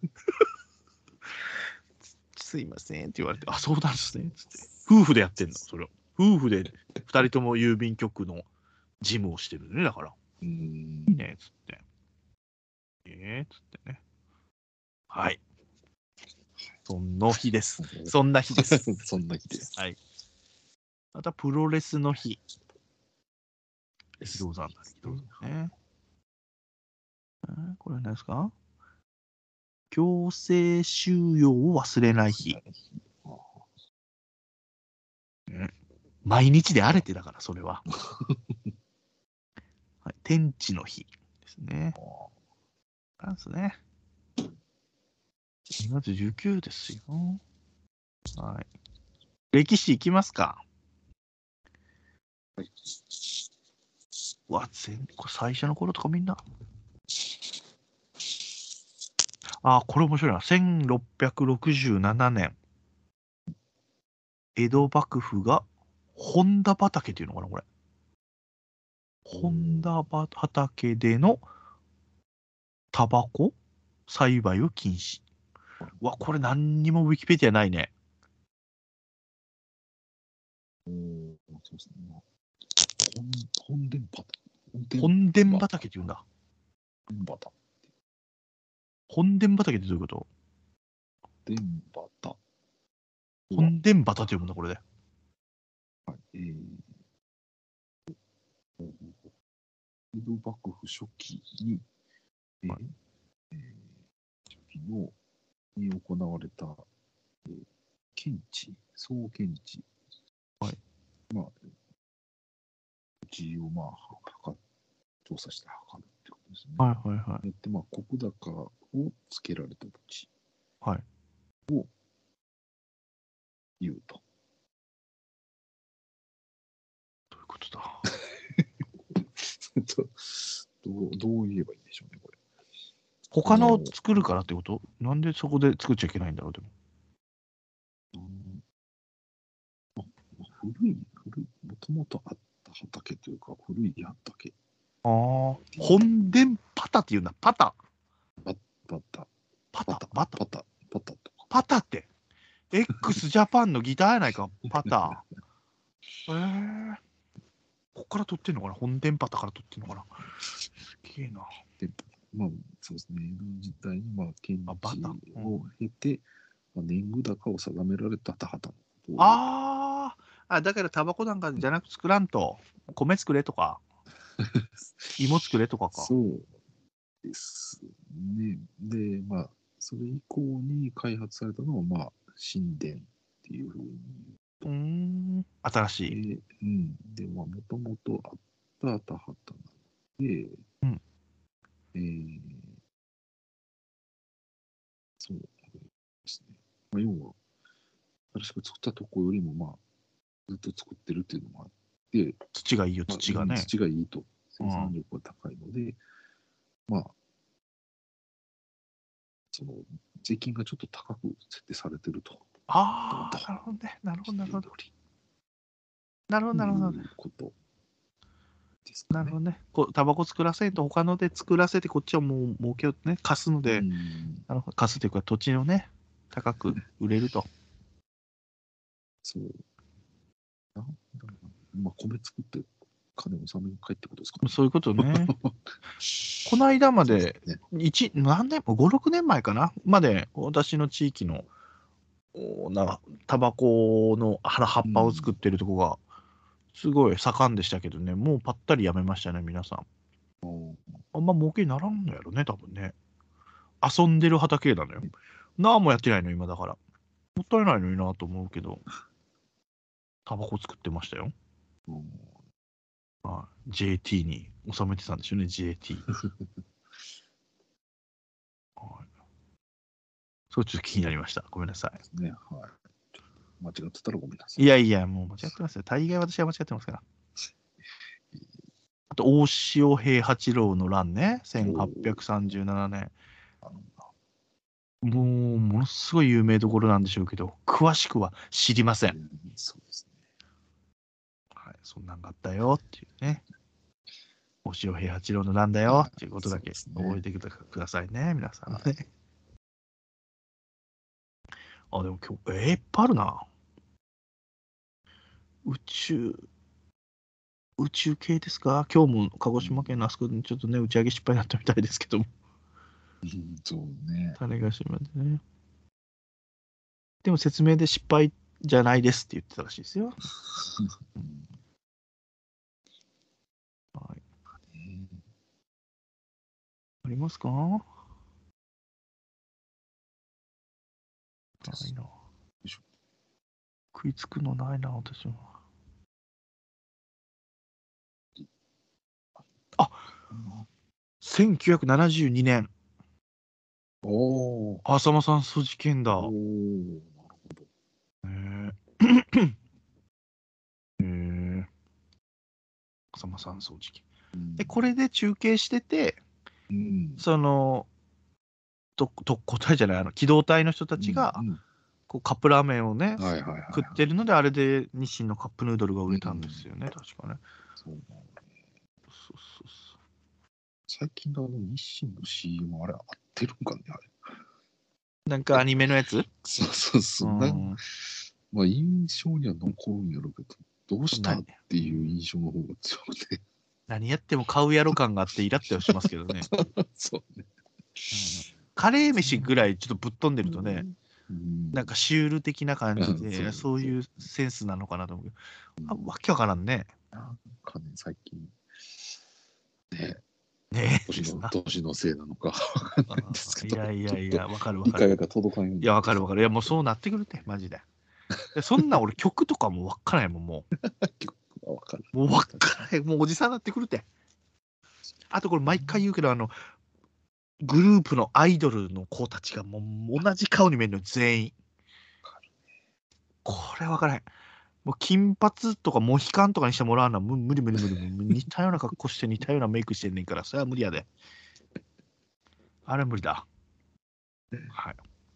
すいませんって言われて、あ、そうなんですね。つって。夫婦でやってんの、それを。夫婦でふたりとも郵便局の事務をしてるね、だから。 うん。 いいね、つって。えー、つってね。はい。そんな日です。そんな日です。 そんな日です。 はい。また、プロレスの日。銅山だね。これは何ですか？強制収容を忘れない日。ね、毎日で荒れてだから、それは。はい、天地の日ですね。なんですね。にがつじゅうくにちですよ。はい。歴史いきますか。 はい。 わ、全これ最初の頃とかみんな。あ、これ面白いな。せんろっぴゃくろくじゅうななねん。江戸幕府が本田畑っていうのかな、これ。本田畑でのタバコ栽培を禁止。うわ、これ何にもウィキペディアないね。 おー、そうですね。本本田畑。 本田畑って言うんだ。 本田畑。 本田畑ってどういうこと？ 本田畑。 本田畑って読むんだ、これで。 はい。えー、江戸幕府初期に、えーはいえー、初期のに行われた、えー、検地、総検地。 はい。 まあ、土地をまあ、測調査して測るってことですね。 はいはいはい。 やって、まあ、石高をつけられた土地。 はい。 を言うと。 どういうことだ。 どうどう言えばいいんでしょうね、これ。 他の作るからってこと？なんでそこで作っちゃいけないんだろう、でも。 うんまあ、古い、古い、もともとあった畑というか、古い畑。 ああ、本田パタって言うんだ。パタ。 パパタ、 パタ、 パタ、 パタ、 パタ、パタとか。 パタって。X ジャパンのギターやないか、パタ。へえー。ここから撮ってんのかな？本田パタから撮ってんのかな？すげえな。 で、まあ、そうですね、江戸時代に、まあ、検あ、バタ。 地を経て、まあ、年貢高を定められた田畑のことを。 あーあ、だからタバコなんかじゃなく作らんと、米作れとか、芋作れとかか。 そうですね。で、まあ、それ以降に開発されたのは、まあ、神殿っていうふうにうーん、新しい。 で、うん。で、まあ、もともとあった田畑なので、 うん、 えー、そうですね。まあ、要は、新しく作ったとこよりも、まあ、ずっと作ってるっていうのもあって、 土がいいよ、 まあ、 土がね。 土がいいと、生産力が高いので、うん、まあ、その、税金がちょっと高く設定されてると。 ああ、なるほどね。なるほど、なるほど。なるほど、なるほど。 いうことですかね。 なるほどね。こうタバコ作らせんと、他ので作らせて、こっちはもう儲けをね、貸すので、 うん、 なるほど、貸すというか、土地をね、高く売れると。 そう。なまあ、米作って金を納めに帰ってことですか、ね、 そういうことね。この間まで、 ね、 一何年も、ご、ろくねんまえかなまで、私の地域の、なタバコの葉っぱを作ってるとこが、すごい盛んでしたけどね、もうぱったりやめましたね、皆さん。あんま儲けにならんのやろね、多分ね。 遊んでる畑なのよ。何もやってないの今だから。もったいないのになと思うけど、タバコ作ってましたよ。 うん、 はい、ジェーティー に収めてたんでしょうね、ジェーティー。はい、そうちょっと気になりました。ごめんなさい。 ね、はい。間違ってたらごめんなさい。 いやいや、もう間違ってますよ。大概私は間違ってますから。あと、大塩平八郎の乱ね、せんはっぴゃくさんじゅうななねん。もう、ものすごい有名どころなんでしょうけど、詳しくは知りません。 うん、そうですね。 はい、そんなんがあったよっていうね。大塩平八郎の乱だよっていうことだけ覚えてくださいね、皆さんね。あ、でも今日、えー、いっぱいあるな。宇宙、宇宙系ですか？今日も鹿児島県のあそこでちょっとね、打ち上げ失敗になったみたいですけども。 うん、そうね。 種子島でね。でも説明で失敗じゃないですって言ってたらしいですよ。うん、はい。ありますか？ないな。食いつくのないな、私も。あ、せんきゅうひゃくななじゅうにねん。 おお。 浅間山荘事件だ。 おお、なるほど。 へえ。へえ。浅間山荘事件。で、これで中継してて、 うん、 その、と特攻隊じゃない、あの機動隊の人たちが、 うんうん、 こうカップラーメンをね、 はいはいはいはい、 食ってるので、あれで日清のカップヌードルが売れたんですよね、 うん、 確かね。 そうね。 そうそうそう。 最近のあの日清の シーエム、あれ合ってるんかね、あれ。 なんかアニメのやつ？ そうそうそう。 うん、 なんまあ印象には残るんやろうけど、どうした何っていう印象の方が強くて。 何やっても買うやろ感があってイラッとしますけどね。 そうね。 うん、カレー飯ぐらいちょっとぶっ飛んでるとね、 うん、 なんかシュール的な感じで、 うん、 そういうセンスなのかなと思うけど、あ、わけわからんね。 なんかね、最近、ね、 ねえ。 年の年のせいなのかわかんないんですけど、 いやいやいや、わかるわ理かる。 解が届かんように。 いや、わかるわかる。いや、もうそうなってくるって、マジで。でそんな俺曲とかもわからないもん、もわかる。 う。もうわからない。もうおじさんになってくるって。あとこれ毎回言うけど、あの、グループのアイドルの子たちがもう同じ顔に見えるの、全員。これわからない。もう金髪とかモヒカンとかにしてもらうのは無無理無理無理無理。似たような格好して似たようなメイクしてんねんから、それは無理やで。あれ無理だ。はい。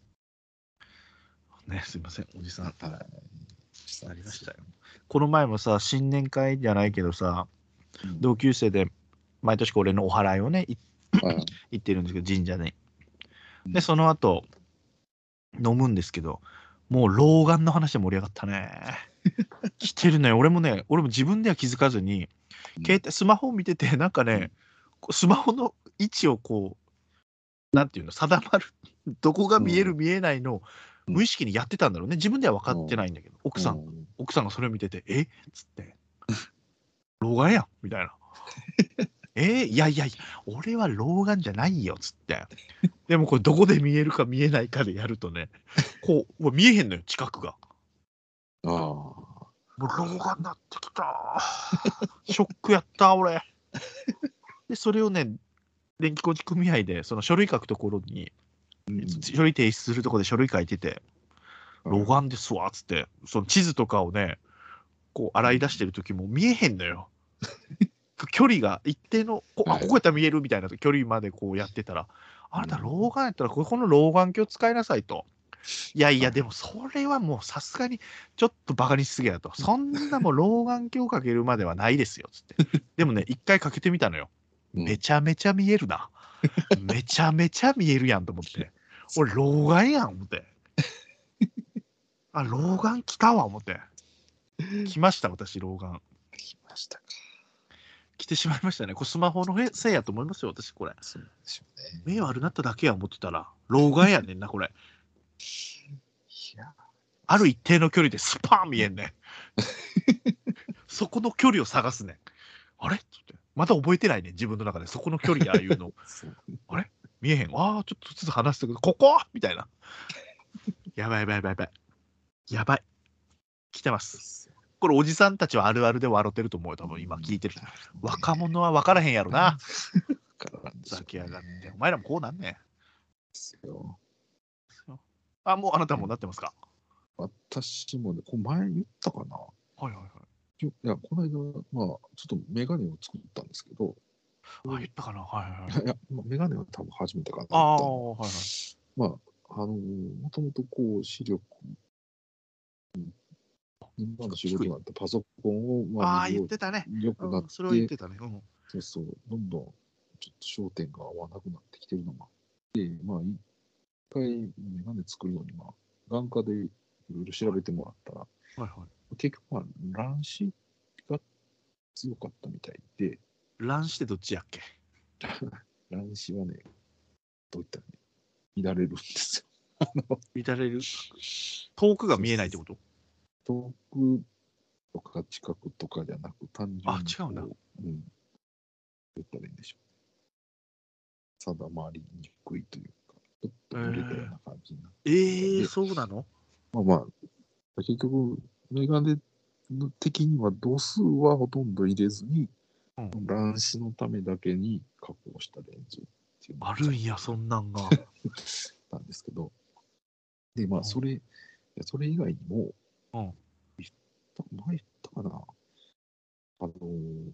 ね、すいません、おじさん。 はい。 ありましたよ。この前もさ、新年会じゃないけどさ、 うん、 同級生で毎年これのお祓いをね、いはい、 行ってるんですけど、神社に。 うんで、その後、飲むんですけど、もう老眼の話で盛り上がったね。来てるね。俺もね、俺も自分では気づかずに、携帯、スマホを見てて、なんかね、こうスマホの位置をこう、なんていうの、定まる、どこが見える見えないのを無意識にやってたんだろうね。自分では分かってないんだけど、奥さん、 うん奥さんがそれを見てて、えっつって、老眼やんみたいな。えー、いやいやいや、俺は老眼じゃないよっつって。でもこれどこで見えるか見えないかでやるとね、こう、うわ見えへんのよ、近くが。 ああ。 もう老眼になってきた。ショックやった、俺。で、それをね、電気工事組合で、その書類書くところに、 うん、 書類提出するところで書類書いてて、老眼ですわっつって、その地図とかをね、こう洗い出してる時も見えへんのよ。距離が一定の、こあ、ここやったら見えるみたいな距離までこうやってたら、あなた老眼やったらここの老眼鏡使いなさいと。いやいや、でもそれはもうさすがにちょっとバカにしすぎやと。そんなもう老眼鏡かけるまではないですよつって。でもね、一回かけてみたのよ。めちゃめちゃ見えるな。めちゃめちゃ見えるやんと思って。俺、老眼やん思って。あ、老眼来たわ思って。来ました、私、老眼。 来ましたか。 来てしまいましたね。これスマホのせいやと思いますよ、私、これ。 そうでしょうね。 目悪なっただけや思ってたら、老眼やねんな、これ。 いや、 ある一定の距離でスパーン見えんねん。そこの距離を探すねん。あれってまた覚えてないねん、自分の中で。そこの距離やいうの。あれ見えへん。ああ、ちょっとずつ話してくる。ここみたいな。やばいやばいやばいやばい。やばい。来てます。これおじさんたちはあるあるで笑ってると思うよ。多分今聞いてる。若者は分からへんやろな。ふざけやがって。お前らもこうなんねん。あ、もうあなたもなってますか？ 私もね、これ前言ったかな。 はいはいはい。 いや、この間、まあ、ちょっとメガネを作ったんですけど、 あ、言ったかな。はいはいはい。 いや、まあ、メガネは多分初めてかな。 ああ、はいはい。 まあ、あのー、もともとこう、視力、今の仕事なんてパソコンを、まあ、 ああ、 見るよ言ってたね。 うに良くなっうん、それは言ってて、 たね。うん。 そうそう、どんどんちょっと焦点が合わなくなってきてるのもあって、まあ、一回メガネ作るのに、まあ、眼科でいろいろ調べてもらったら、 はいはい。 結局、まあ、乱視が強かったみたいで、 乱視ってどっちやっけ？ 乱視はね、どういったらね、乱れるんですよ。あの乱れる。遠くが見えないってこと？ 遠くとか近くとかじゃなく、単純あ、 に違うんだ。 こう、うん、どういったらいいんでしょう。定まりにくいというか、ちょっとブレたような感じになって、 えー、えー、そうなの？ まあまあ、結局、メガネ的には度数はほとんど入れずに、 うん、 乱視のためだけに加工したレンズっていうのあるんや、そんなんが。 なんですけど、で、まあ、 うんそれ、それ以外にも、 うん、 前言ったかな、あのー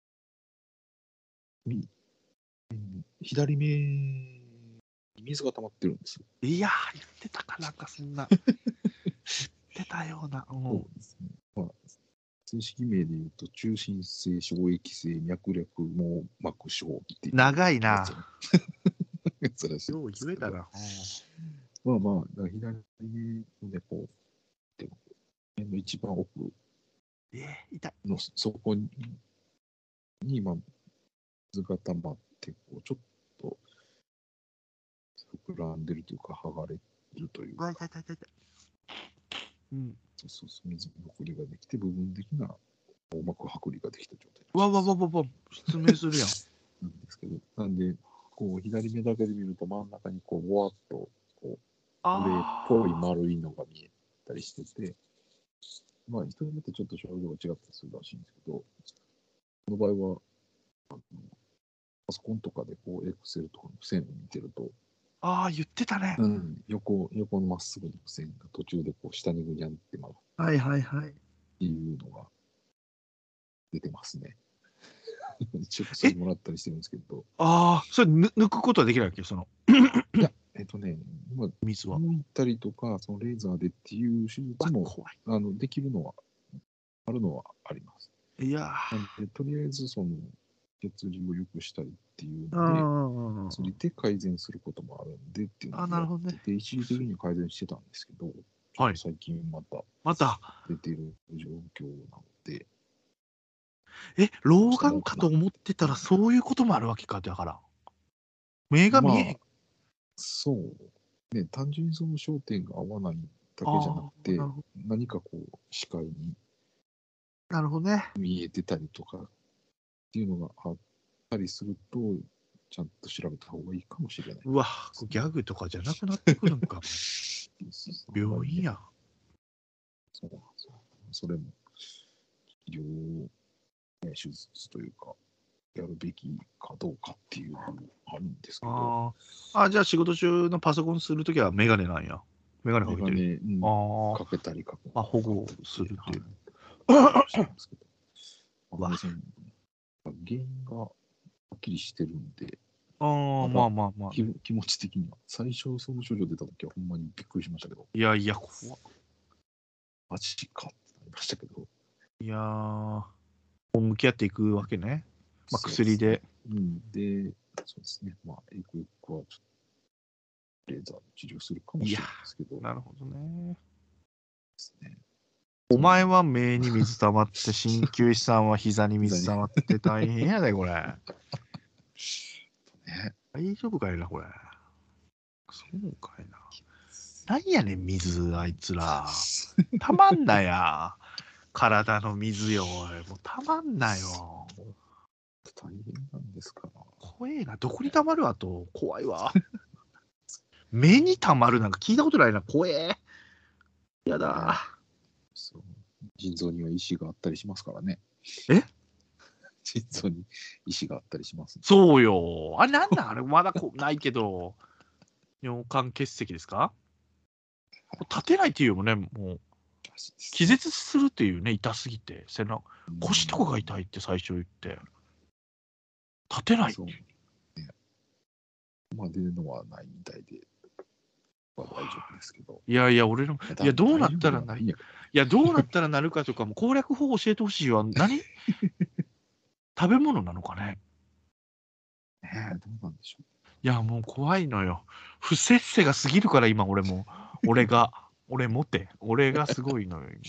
み左目に水が溜まってるんですよ。 いやー、言ってたかなんかそんな。言ってたような。うん、 そうですね。まあ、正式名で言うと、中心性衝撃性脈略網膜症っていう長いな。 やつやつらしいようんですけど。 言えたな。 まあまあ、だから左目のね、こう、でも目の一番奥えー、痛い。 の底に、にまあ、水が溜まって、こう、ちょっと膨らんでるというか、剥がれるといううわ、 か、 痛い痛い痛い痛い。うん。 そうそうそう、水ぶくれができて、部分的な網膜剥離ができた状態うわらしいです。 わわわわ、失明するやん。 なんですけど、なんで、こう、左目だけで見ると、真ん中にこう、ぼわっと、こう、グレーっぽいあ丸いのが見えたりしてて、まあ、人によってちょっと症状が違ったりするらしいんですけど、この場合は、あのパソコンとかでこう、エクセルとかの線を見てると、 あ、ああ、言ってたね。 うん、横、横のまっすぐの線が途中でこう、下にぐにゃんってまうっはいはいはい。 ていうのが出てますね。一応薬もらったりしてるんですけど、 ああ、それぬ抜くことはできないわけそのいや、えっとね、まあ、 水は。 抜いたりとか、そのレーザーでっていう手術も怖い。 あのできるのは、あるのはあります。 いやなんで、とりあえずその血流を良くしたりっていうー。 ので、 あ薬で改善することもあるんでっていうあ、 のでやっなるほどね。 てて、一時的には改善してたんですけど、ちょっはい。 と最近またまた、 出てる状況なので、 え、老眼かと思ってたらそういうこともあるわけか、だから。目が見えへん。 まあ、そう、ね、単純にその焦点が合わないだけじゃなくああ、 て、 なるほど。 何かこう、視界になるほどね。 見えてたりとかっていうのがあったりすると、ちゃんと調べた方がいいかもしれない。 うわ、ギャグとかじゃなくなってくるんか。病院や。 そうなんですよ。それも、医療、ね、手術というか、やるべきかどうかっていうのもあるんですけど、 ああ。あ、じゃあ仕事中のパソコンするときはメガネなんや。メガネかけてる。 メガネ、うん、 あかけたりかけあ。あ、保護するっていう。 はい、してますけど、あわのその原因がはっきりしてるんで、 ああ、ままだあまあまあ。 気気持ち的には、最初その症状出た時はほんまにびっくりしましたけど、 いやいや、怖っ。 マジかってなりましたけど、 いやー、もう向き合っていくわけね。まあ、 そう薬で。 すね。うん、で、そうですね。まあ、ゆくゆくはちょっとレーザーで治療するかもしれないですけど、 なるほどね。 ですね。 お前は目に水溜まって、鍼灸師さんは膝に水溜まって大変やで、これ。 ね、 大丈夫かいな、これ。そうかいな。なんやねん、水、あいつら。たまんなや。体の水よ、おい。もうたまんなよ。 大変なんですから。 怖えな。どこに溜まるあと、怖いわ。目に溜まるなんか聞いたことないな。怖え。やだ。 そう。腎臓には石があったりしますからね。 え腎臓に石があったりします。 そうよ。あれなんなんあれまだこないけど。尿管結石ですか？立てないっていうよもね、もう。気絶するっていうね、痛すぎて。背中腰とかが痛いって最初言って。立てない。 そうね。まあ出るのはないみたいで、まあ、大丈夫ですけど。 いやいや、俺の、いや、どうなったらなる、いいや、どうなったらなるかとかも攻略法教えてほしいわ。何食べ物なのかね。 ねえ、どうなんでしょう。 いや、もう怖いのよ。不摂生が過ぎるから、今、俺も。俺が、俺もって、俺がすごいのよ、今。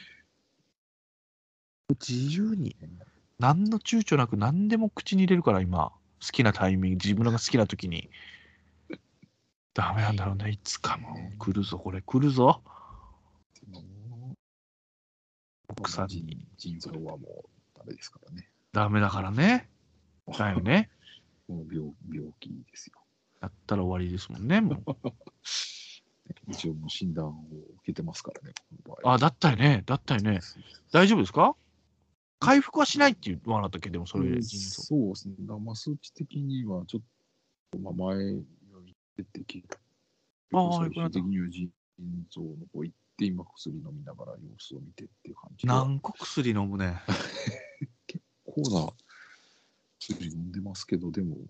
自由に、何の躊躇なく何でも口に入れるから、今。好きなタイミング、自分が好きな時に。ダメなんだろうね、いつかも。来るぞ、これ、来るぞ。奥さんに。 腎臓はもうダメですからね。 ダメだからね。だよね。 もう病病気ですよ。 やったら終わりですもんね、もう。 一応もう診断を受けてますからね。 あ、だったよね、だったよね。大丈夫ですか？回復はしないって言わなかったっけ、でもそれ、 そうですね。まあ、数値的にはちょっと、まあ、前より出てきた。最終的には腎臓の方行って、今薬飲みながら様子を見てっていう感じで。 何個薬飲むね。 結構な薬飲んでますけど、でも、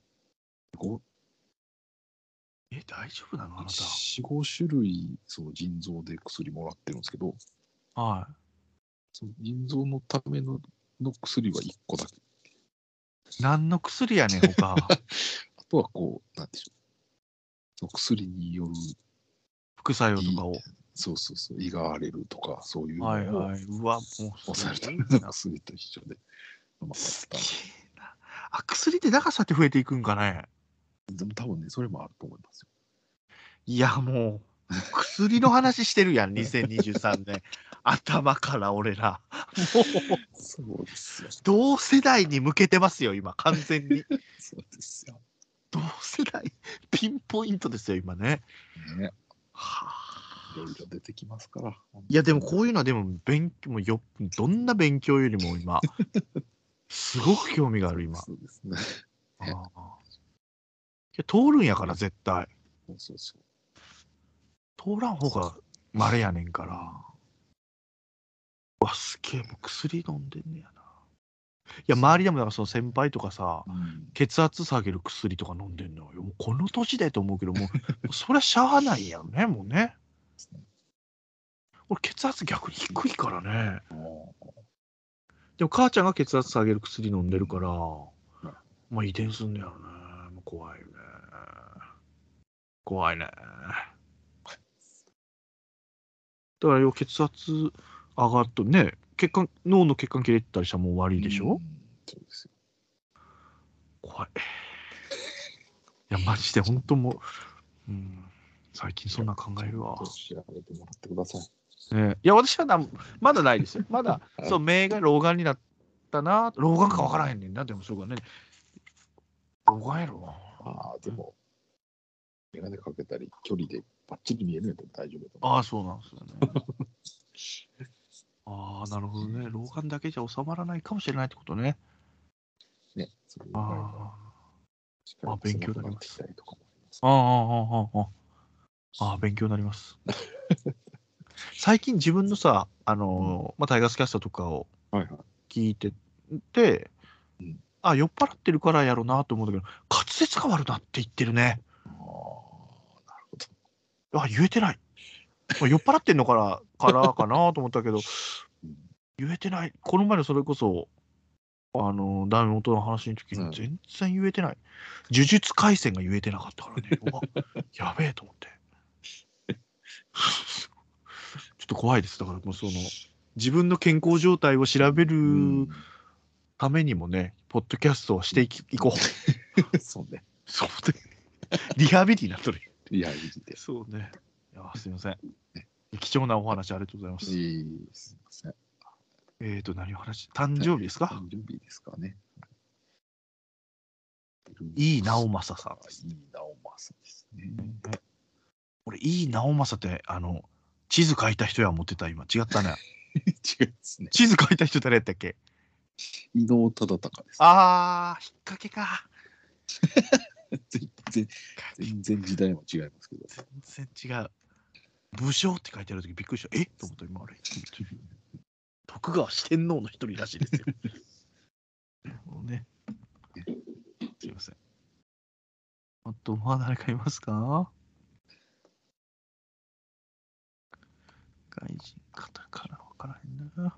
え、大丈夫なのあなた。 よん、ご種類、そう、腎臓で薬もらってるんですけど、 はい。 その腎臓のためのの薬はいっこだけ。 何の薬やねん、他。 あとはこう、なんでしょう。その薬による副作用とかを。 そうそうそう、胃が荒れるとか、そういうのを、 はいはい。うわ、もう抑えるための薬と一緒で飲まされた。 あ、薬って長さって増えていくんかね。 でも多分ね、それもあると思いますよ。 いや、もう、薬の話してるやん、にせんにじゅうさんねん。頭から俺ら。もう、 そうですよ。 同世代に向けてますよ、今、完全に。 そうですよ。 同世代、ピンポイントですよ、今ね。 ね。 はあ。 いろいろ出てきますから。 いや、でもこういうのは、でも、勉強もよ、どんな勉強よりも今、すごく興味がある、今。 そうですね。 ああ。いや、通るんやから、絶対。 そうそうそう。 通らん方が稀やねんから。うわ、すげえ、もう薬飲んでんねやな。いや、周りでもなんかその先輩とかさ、 うん、 血圧下げる薬とか飲んでんのよ。もうこの年でと思うけど、もう、そりゃしゃあないやんね、もうね。俺、血圧逆に低いからね。でも、母ちゃんが血圧下げる薬飲んでるから、まあ遺伝すんねやろね。もう怖いよね。怖いね。だから、要は血圧上がるとね、血管、脳の血管切れたりしたらもう終わりでしょ、うん、 そうですよ。 怖い。いや、マジで本当もう、うん、最近そんな考えるわ。 調べてもらってください。 ね、いや、私はなまだないですよ。まだ、そう、目が老眼になったな。老眼か分からへんねんな。でも、そうかね。老眼やろな。 ああ、でも、眼鏡かけたり、距離でバッチリ見えるんやったら大丈夫だと思う。ああ、そうなんですよね。ああ、なるほどね。老眼だけじゃ収まらないかもしれないってことね。 ね、それ以外のああ、勉強になります。 あああ、ああ、ああ、ああ、勉強になります。最近自分のさ、あのー、まあ、タイガースキャスターとかを聞いてて、うん、あ、酔っ払ってるからやろうなと思うんだけど、滑舌変わるなって言ってるね。ああ、なるほど。あ、言えてない。まあ、酔っ払ってんのからからかなと思ったけど、言えてない。この前のそれこそ、あの、ダメ元の話の時に全然言えてない。うん、呪術廻戦が言えてなかったからね。うわ、やべえと思って。ちょっと怖いです。だからもうその、自分の健康状態を調べるためにもね、ポッドキャストをしていき、いこう。そうね。そうね。リハビリなとる。 リハビリで。 そうね。いや、すみません。貴重なお話ありがとうございます。 えー、すみません。 えっと、何を話誕生日ですか？ 誕生日ですかね。 井伊直政さんです。 井伊直政ですね。 俺、井伊直政って、あの、地図書いた人や思ってた、今。違ったね。 違いますね。 地図書いた人誰やったっけ？ 伊能忠敬です。 あー、引っ掛けか。 全然、全然時代も違いますけど。 全然違う。武将って書いてあるときびっくりした。えと思った今あれ。徳川四天王の一人らしいですよ。もうね。すいません。あとは誰かいますか？外人方から分からへんな。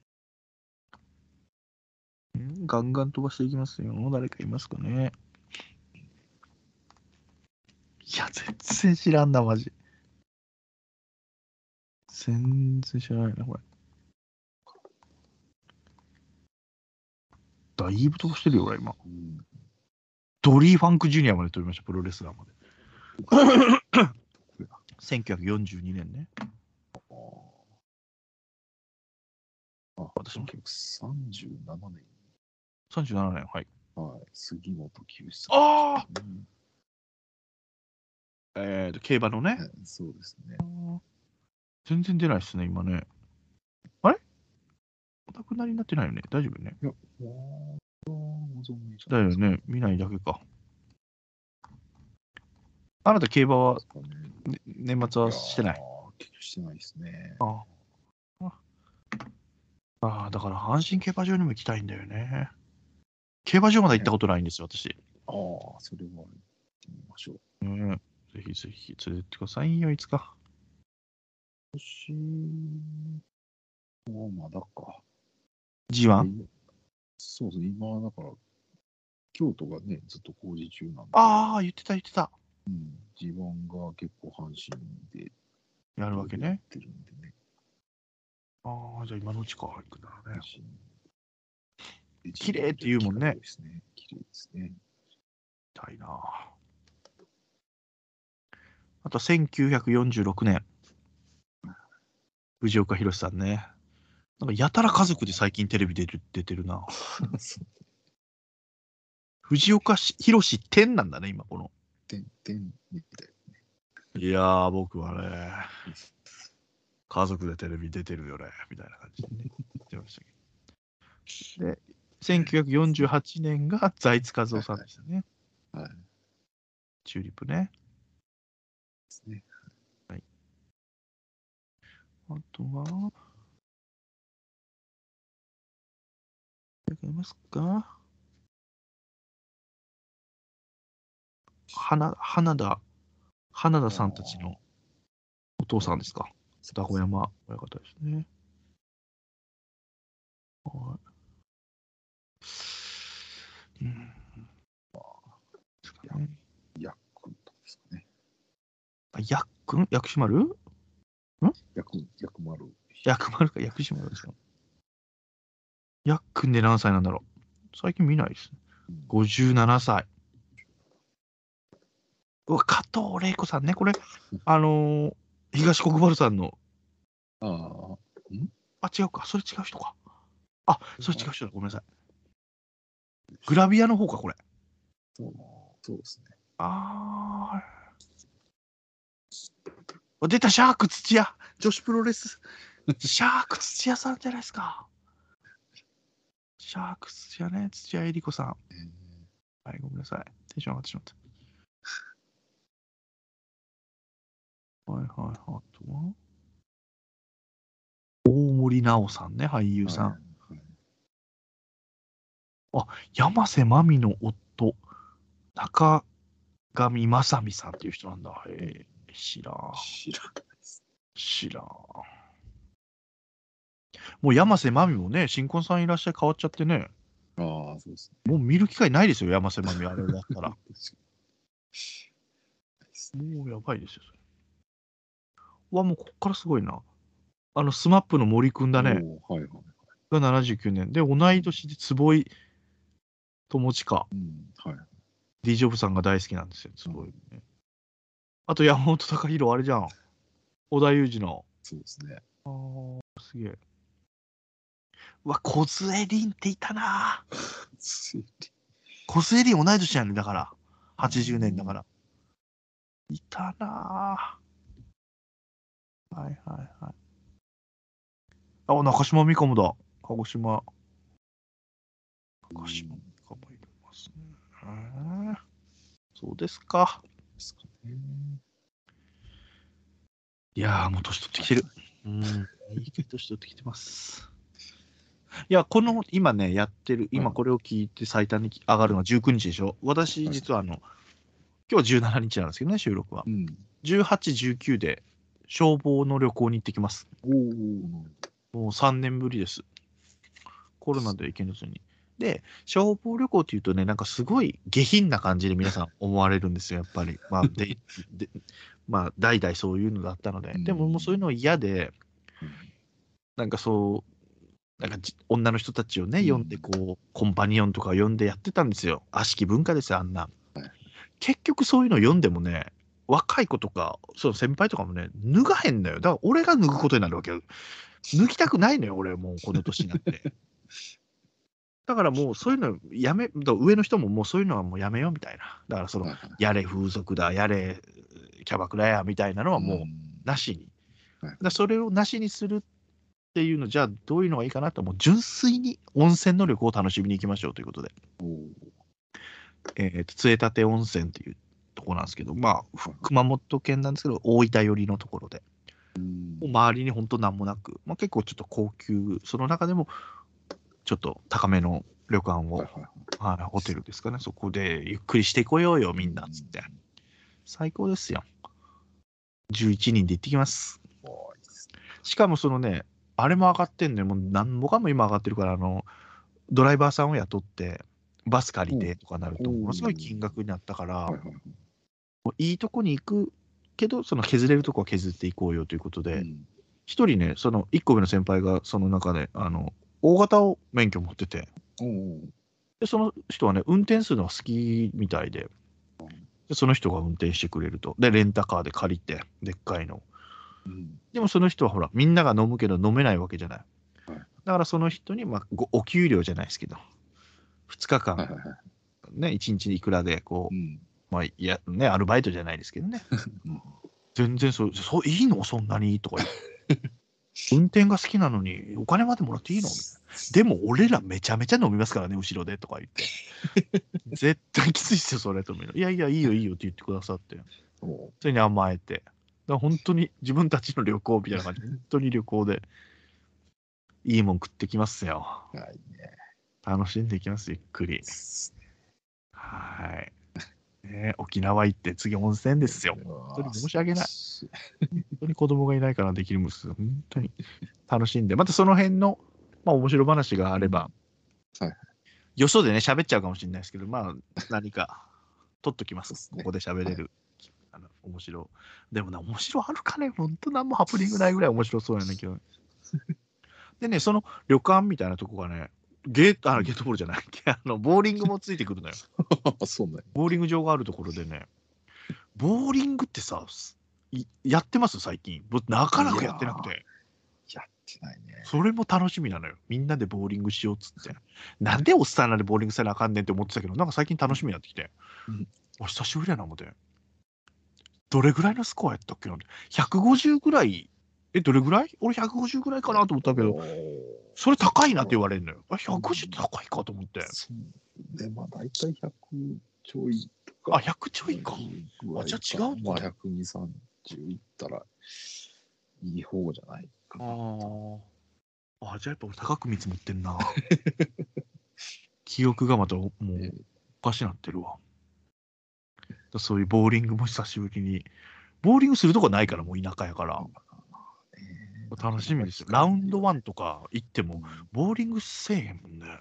んガンガン飛ばしていきますよ。誰かいますかね？いや、全然知らんな、マジ。全然知らないな、これ。だいぶ飛ばしてるよ、俺、今。うん、ドリー・ファンク・ジュニアまで飛びました、プロレスラーまで。せんきゅうひゃくよんじゅうにねんね。 あ、私もさんじゅうななねん。 さんじゅうななねん、はい。 はい、杉本九さん。ああ、うん、えっと、競馬のね、 はい。そうですね。 全然出ないですね、今ね。あれお亡くなりになってないよね。大丈夫ね。いや、だよね。見ないだけか。あなた競馬は、ね、年末はしてない？ してないですね。 ああ。ああ、だから阪神競馬場にも行きたいんだよね。競馬場まだ行ったことないんですよ、私。 ああ、それは行ってみましょう。 うん。ぜひぜひ連れてってくださいよ、いつか。 私はまだか。 ジーワン？ そうですね、今だから、京都がね、ずっと工事中なんで。 ああ、言ってた言ってた。 うん、ジーワンが結構阪神でやるわけね。 やってるんでね。 ああ、じゃあ今のうちから行くんだね。 綺綺麗って言うもんね。 綺麗ですね。 たいな。あとせんきゅうひゃくよんじゅうろくねん。藤岡弘さんね。なんかやたら家族で最近テレビ出る出てるな。藤岡弘天なんだね、今この。 天、天みたいなね。いやー、僕はね、家族でテレビ出てるよね、みたいな感じでね、言ってましたけど。で、せんきゅうひゃくよんじゅうはちねんが財津和夫さんでしたね。はい。チューリップね。ですね。はい。あとは、誰かいますか？花花田、花田さんたちのお父さんですか？二子山親方ですね。はい。うん。 ヤックンとですかね。 あ、ヤックン薬師丸？んヤクヤクマル。 ヤクマルか薬師丸ですか？ヤックンで何歳なんだろう？最近見ないですね。ごじゅうななさい。うわ、加藤玲子さんね、これ、あのー、東国原さんの。 ああ、んあ、違うか、それ違う人か。あ、それ違う人だ、ごめんなさい。グラビアの方か、これ。 そう、そうですね。 あー。出た、シャーク土屋。女子プロレス。シャーク土屋さんじゃないですか。シャーク土屋ね、土屋えり子さん。はい、ごめんなさい。テンション上がってしまった。はいはい、あとは大森奈緒さんね、俳優さん。はいはい、あ、山瀬まみの夫、中上正美さんっていう人なんだ。へえ、知らん。知らん。知らん。もう山瀬まみもね、新婚さんいらっしゃい変わっちゃってね。 ああ、そうですね。もう見る機会ないですよ、山瀬まみ、あれだったら。もうやばいですよ、それ。わ、もうこっからすごいな。あの、スマップの森くんだね。はいはい、がななじゅうきゅうねんで、同い年で坪井友近。うん、はい。D ジョブさんが大好きなんですよ、坪井、ね。うん、あと山本隆弘、あれじゃん。織田裕二の。そうですね。ああ、すげえ。うわ、小杖凛っていたな。小コスエリ同い年やねんだから。はちじゅうねんだから。いたなぁ。はいはいはい。あ、中島美嘉もだ。鹿児島。鹿児島美嘉もいますね。そうですか。 ですかね。 いやー、もう年取ってきてる。うん。いいけど年取ってきてます。いや、この今ね、やってる、今これを聞いて最短に上がるのはじゅうくにちでしょ。私、実はあの、今日じゅうしちにちなんですけどね、収録は。 うん、 じゅうはち、じゅうくで消防の旅行に行ってきます。 おお。 もうさんねんぶりです。コロナで行けずに。で、消防旅行っていうとね、なんかすごい下品な感じで皆さん思われるんですよ、やっぱり。まあ、で、でまあ、代々そういうのだったので。でももうそういうの嫌で、なんかそう、なんかじ女の人たちをね、呼んで、こう、コンパニオンとか呼んでやってたんですよ。悪しき文化ですよ、あんな。結局そういうの読んでもね、若い子とか、その先輩とかもね、脱がへんのよ。だから俺が脱ぐことになるわけよ。脱ぎたくないのよ、俺、もうこの年になって。だからもうそういうのやめ、上の人ももうそういうのはもうやめようみたいな。だからその、やれ風俗だ、やれキャバクラやみたいなのはもうなしに。だからそれをなしにするっていうの、じゃあどういうのがいいかなと、もう純粋に温泉の旅行を楽しみに行きましょうということで。えっと、杖立温泉っていうところなんですけど、まあ、熊本県なんですけど、大分寄りのところで。もう周りに本当なんもなく、まあ、結構ちょっと高級、その中でもちょっと高めの旅館を、はいはいはい、ホテルですかね、そこでゆっくりしてこようよ、みんなっつって。最高ですよ。じゅういちにんで行ってきます。しかもそのね、あれも上がってんのよ、もう何もかも今上がってるから、あの、ドライバーさんを雇って、バス借りてとかなると、ものすごい金額になったから、いいとこに行くけど、その削れるとこは削っていこうよということで、一、うん、人ね、そのいっこ上の先輩がその中で、あの、大型を免許持ってて、でその人はね、運転するのが好きみたいで、でその人が運転してくれると。で、レンタカーで借りて、でっかいの。うん、でもその人はほら、みんなが飲むけど飲めないわけじゃない。はい、だからその人に、まあ、お給料じゃないですけど、ふつかかん、はいはいはい、ね、いちにちいくらで、こう、うん、まあ、いや、ね、アルバイトじゃないですけどね。全然そう、そう、いいのそんなにとか言って。運転が好きなのに、お金までもらっていいのみたいな。でも、俺らめちゃめちゃ飲みますからね、後ろでとか言って。絶対きついっすよ、それとも。いやいや、いいよ、いいよって言ってくださって。それに甘えて。だから本当に自分たちの旅行みたいな感じ。本当に旅行で、いいもん食ってきますよ。はいね、楽しんでいきます、ゆっくり。はい。ね、沖縄行って次温泉ですよ。本当に申し訳ない。本当に子供がいないからできるんです。本当に楽しんで。またその辺の、まあ、面白話があれば、はい、よそでね、喋っちゃうかもしれないですけど、まあ、何か取っときます。ここで喋れる。はい、あの面白。でもね、面白あるかね、本当何もハプニングないぐらい面白そうやねんけど。でね、その旅館みたいなとこがね、ゲート、あのゲートボールじゃない、あのボーリングもついてくるのよ。 そうね。 ボーリング場があるところでね、ボーリングってさ、やってます最近。なかなかやってなくて。 やってないね。 それも楽しみなのよ。みんなでボーリングしようっつって。なんでおっさんらでボーリングせなあかんねんって思ってたけど、なんか最近楽しみになってきて。うん、お久しぶりやな思って。どれぐらいのスコアやったっけな ?ひゃくごじゅう ぐらい。え、どれぐらい俺ひゃくごじゅうぐらいかなと思ったけど、それ高いなって言われるのよ。ひゃくごじゅうって高いかと思って。 で、まあ大体ひゃくちょいとか。 あ、ひゃくちょいか。あ、じゃあ違うのか。 まあひゃくにじゅう、さんじゅういったらいい方じゃないかな。 ああ、じゃあやっぱ俺高く見積もってんな。記憶がまたもうおかしなってるわ。そういうボーリングも久しぶりに。ボーリングするとこないからもう田舎やから。楽しみですよ。ラウンドワンとか行っても、ボーリングせえへんもんね。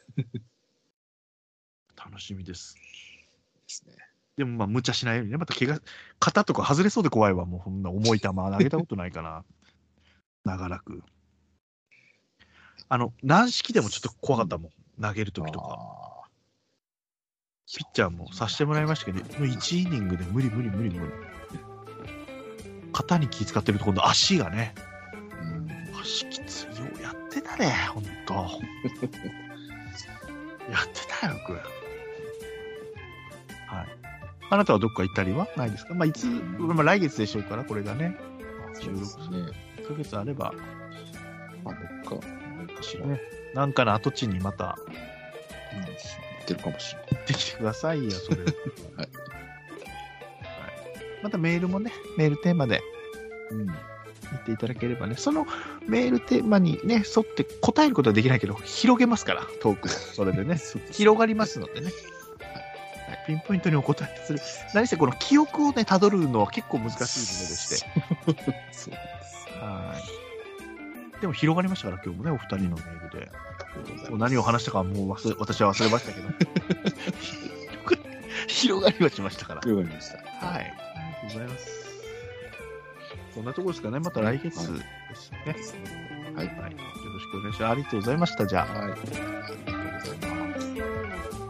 楽しみです。ですね。でもまあ、無茶しないようにね。また怪我、肩とか外れそうで怖いわ。もうこんな重い球投げたことないかな。長らく。あの、軟式でもちょっと怖かったもん。投げるときとか。ピッチャーもさせてもらいましたけど、いちイニングで無理無理無理無理。肩に気使ってると今度足がね。足きついよ。やってたね、ほんと。やってたよ、僕。 はい。あなたはどっか行ったりはないですか？まあ、いつ、まあ、来月でしょうから、これがね。 そうですね。 いっかげつあれば、 まあ、どっか、何かしら、 ね、なんかの跡地にまた、 うん、行ってるかもしれない。 行ってきてくださいよ、それ。はい。 はい。 またメールもね、メールテーマでうん。 見ていただければね、そのメールテーマにね、沿って答えることはできないけど、広げますから、トークを。それでね、広がりますのでね。はい、ピンポイントにお答えする。何せこの記憶をね、たどるのは結構難しいものでして。 そうです。 はい。でも広がりましたから、今日もね、お二人のメールで。もう何を話したかはもう忘れ、私は忘れましたけど。広がりはしましたから。 広がりました。 はい。ありがとうございます。こんなところですかね。また来月ですね。はい。はい。よろしくお願いします。ありがとうございました。じゃあ。 はい。ありがとうございます。